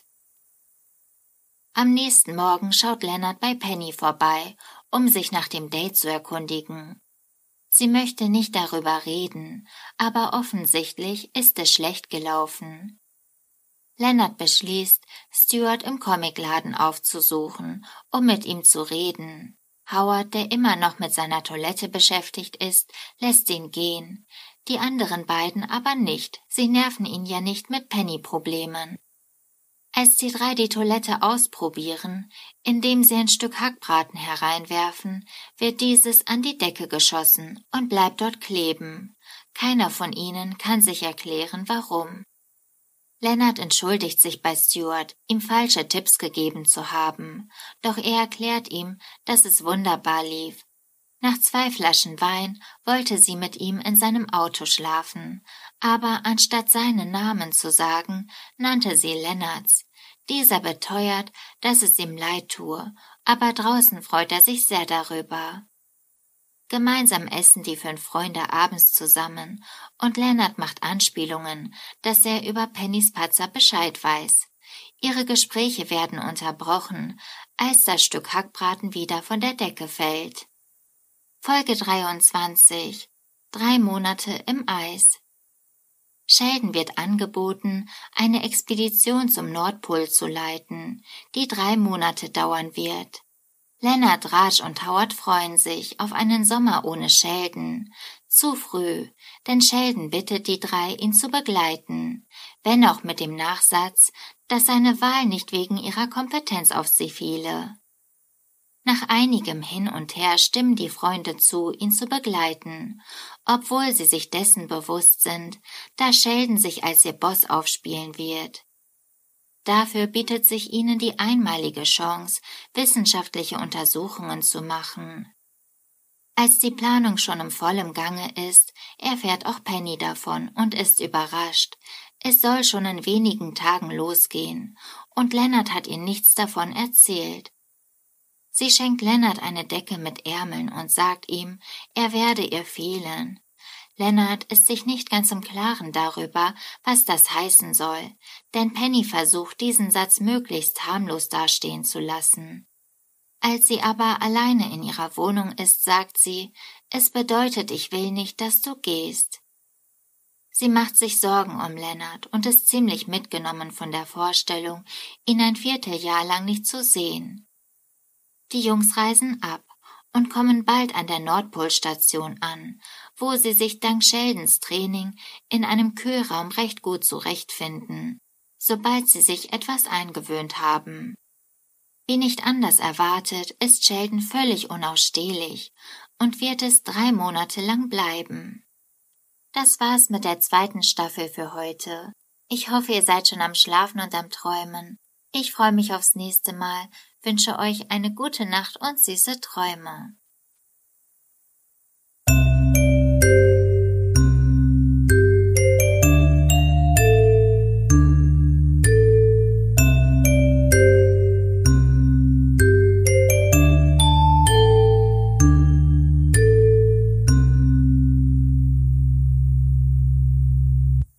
Am nächsten Morgen schaut Leonard bei Penny vorbei, um sich nach dem Date zu erkundigen. Sie möchte nicht darüber reden, aber offensichtlich ist es schlecht gelaufen. Leonard beschließt, Stuart im Comicladen aufzusuchen, um mit ihm zu reden. Howard, der immer noch mit seiner Toilette beschäftigt ist, lässt ihn gehen. Die anderen beiden aber nicht, sie nerven ihn ja nicht mit Penny-Problemen. Als die 3 die Toilette ausprobieren, indem sie ein Stück Hackbraten hereinwerfen, wird dieses an die Decke geschossen und bleibt dort kleben. Keiner von ihnen kann sich erklären, warum. Leonard entschuldigt sich bei Stuart, ihm falsche Tipps gegeben zu haben, doch er erklärt ihm, dass es wunderbar lief. Nach 2 Flaschen Wein wollte sie mit ihm in seinem Auto schlafen, aber anstatt seinen Namen zu sagen, nannte sie Leonards. Dieser beteuert, dass es ihm leid tue, aber draußen freut er sich sehr darüber. Gemeinsam essen die 5 Freunde abends zusammen und Leonard macht Anspielungen, dass er über Pennys Patzer Bescheid weiß. Ihre Gespräche werden unterbrochen, als das Stück Hackbraten wieder von der Decke fällt. Folge 23. 3 Monate im Eis. Sheldon wird angeboten, eine Expedition zum Nordpol zu leiten, die 3 Monate dauern wird. Leonard, Raj und Howard freuen sich auf einen Sommer ohne Sheldon. Zu früh, denn Sheldon bittet die 3, ihn zu begleiten, wenn auch mit dem Nachsatz, dass seine Wahl nicht wegen ihrer Kompetenz auf sie fiele. Nach einigem Hin und Her stimmen die Freunde zu, ihn zu begleiten, obwohl sie sich dessen bewusst sind, dass Sheldon sich als ihr Boss aufspielen wird. Dafür bietet sich ihnen die einmalige Chance, wissenschaftliche Untersuchungen zu machen. Als die Planung schon im vollen Gange ist, erfährt auch Penny davon und ist überrascht. Es soll schon in wenigen Tagen losgehen, und Leonard hat ihr nichts davon erzählt. Sie schenkt Leonard eine Decke mit Ärmeln und sagt ihm, er werde ihr fehlen. Leonard ist sich nicht ganz im Klaren darüber, was das heißen soll, denn Penny versucht, diesen Satz möglichst harmlos dastehen zu lassen. Als sie aber alleine in ihrer Wohnung ist, sagt sie, es bedeutet, ich will nicht, dass du gehst. Sie macht sich Sorgen um Leonard und ist ziemlich mitgenommen von der Vorstellung, ihn ein Vierteljahr lang nicht zu sehen. Die Jungs reisen ab und kommen bald an der Nordpolstation an, wo sie sich dank Sheldons Training in einem Kühlraum recht gut zurechtfinden, sobald sie sich etwas eingewöhnt haben. Wie nicht anders erwartet, ist Sheldon völlig unausstehlich und wird es 3 Monate lang bleiben. Das war's mit der 2. Staffel für heute. Ich hoffe, ihr seid schon am Schlafen und am Träumen. Ich freue mich aufs nächste Mal, wünsche euch eine gute Nacht und süße Träume.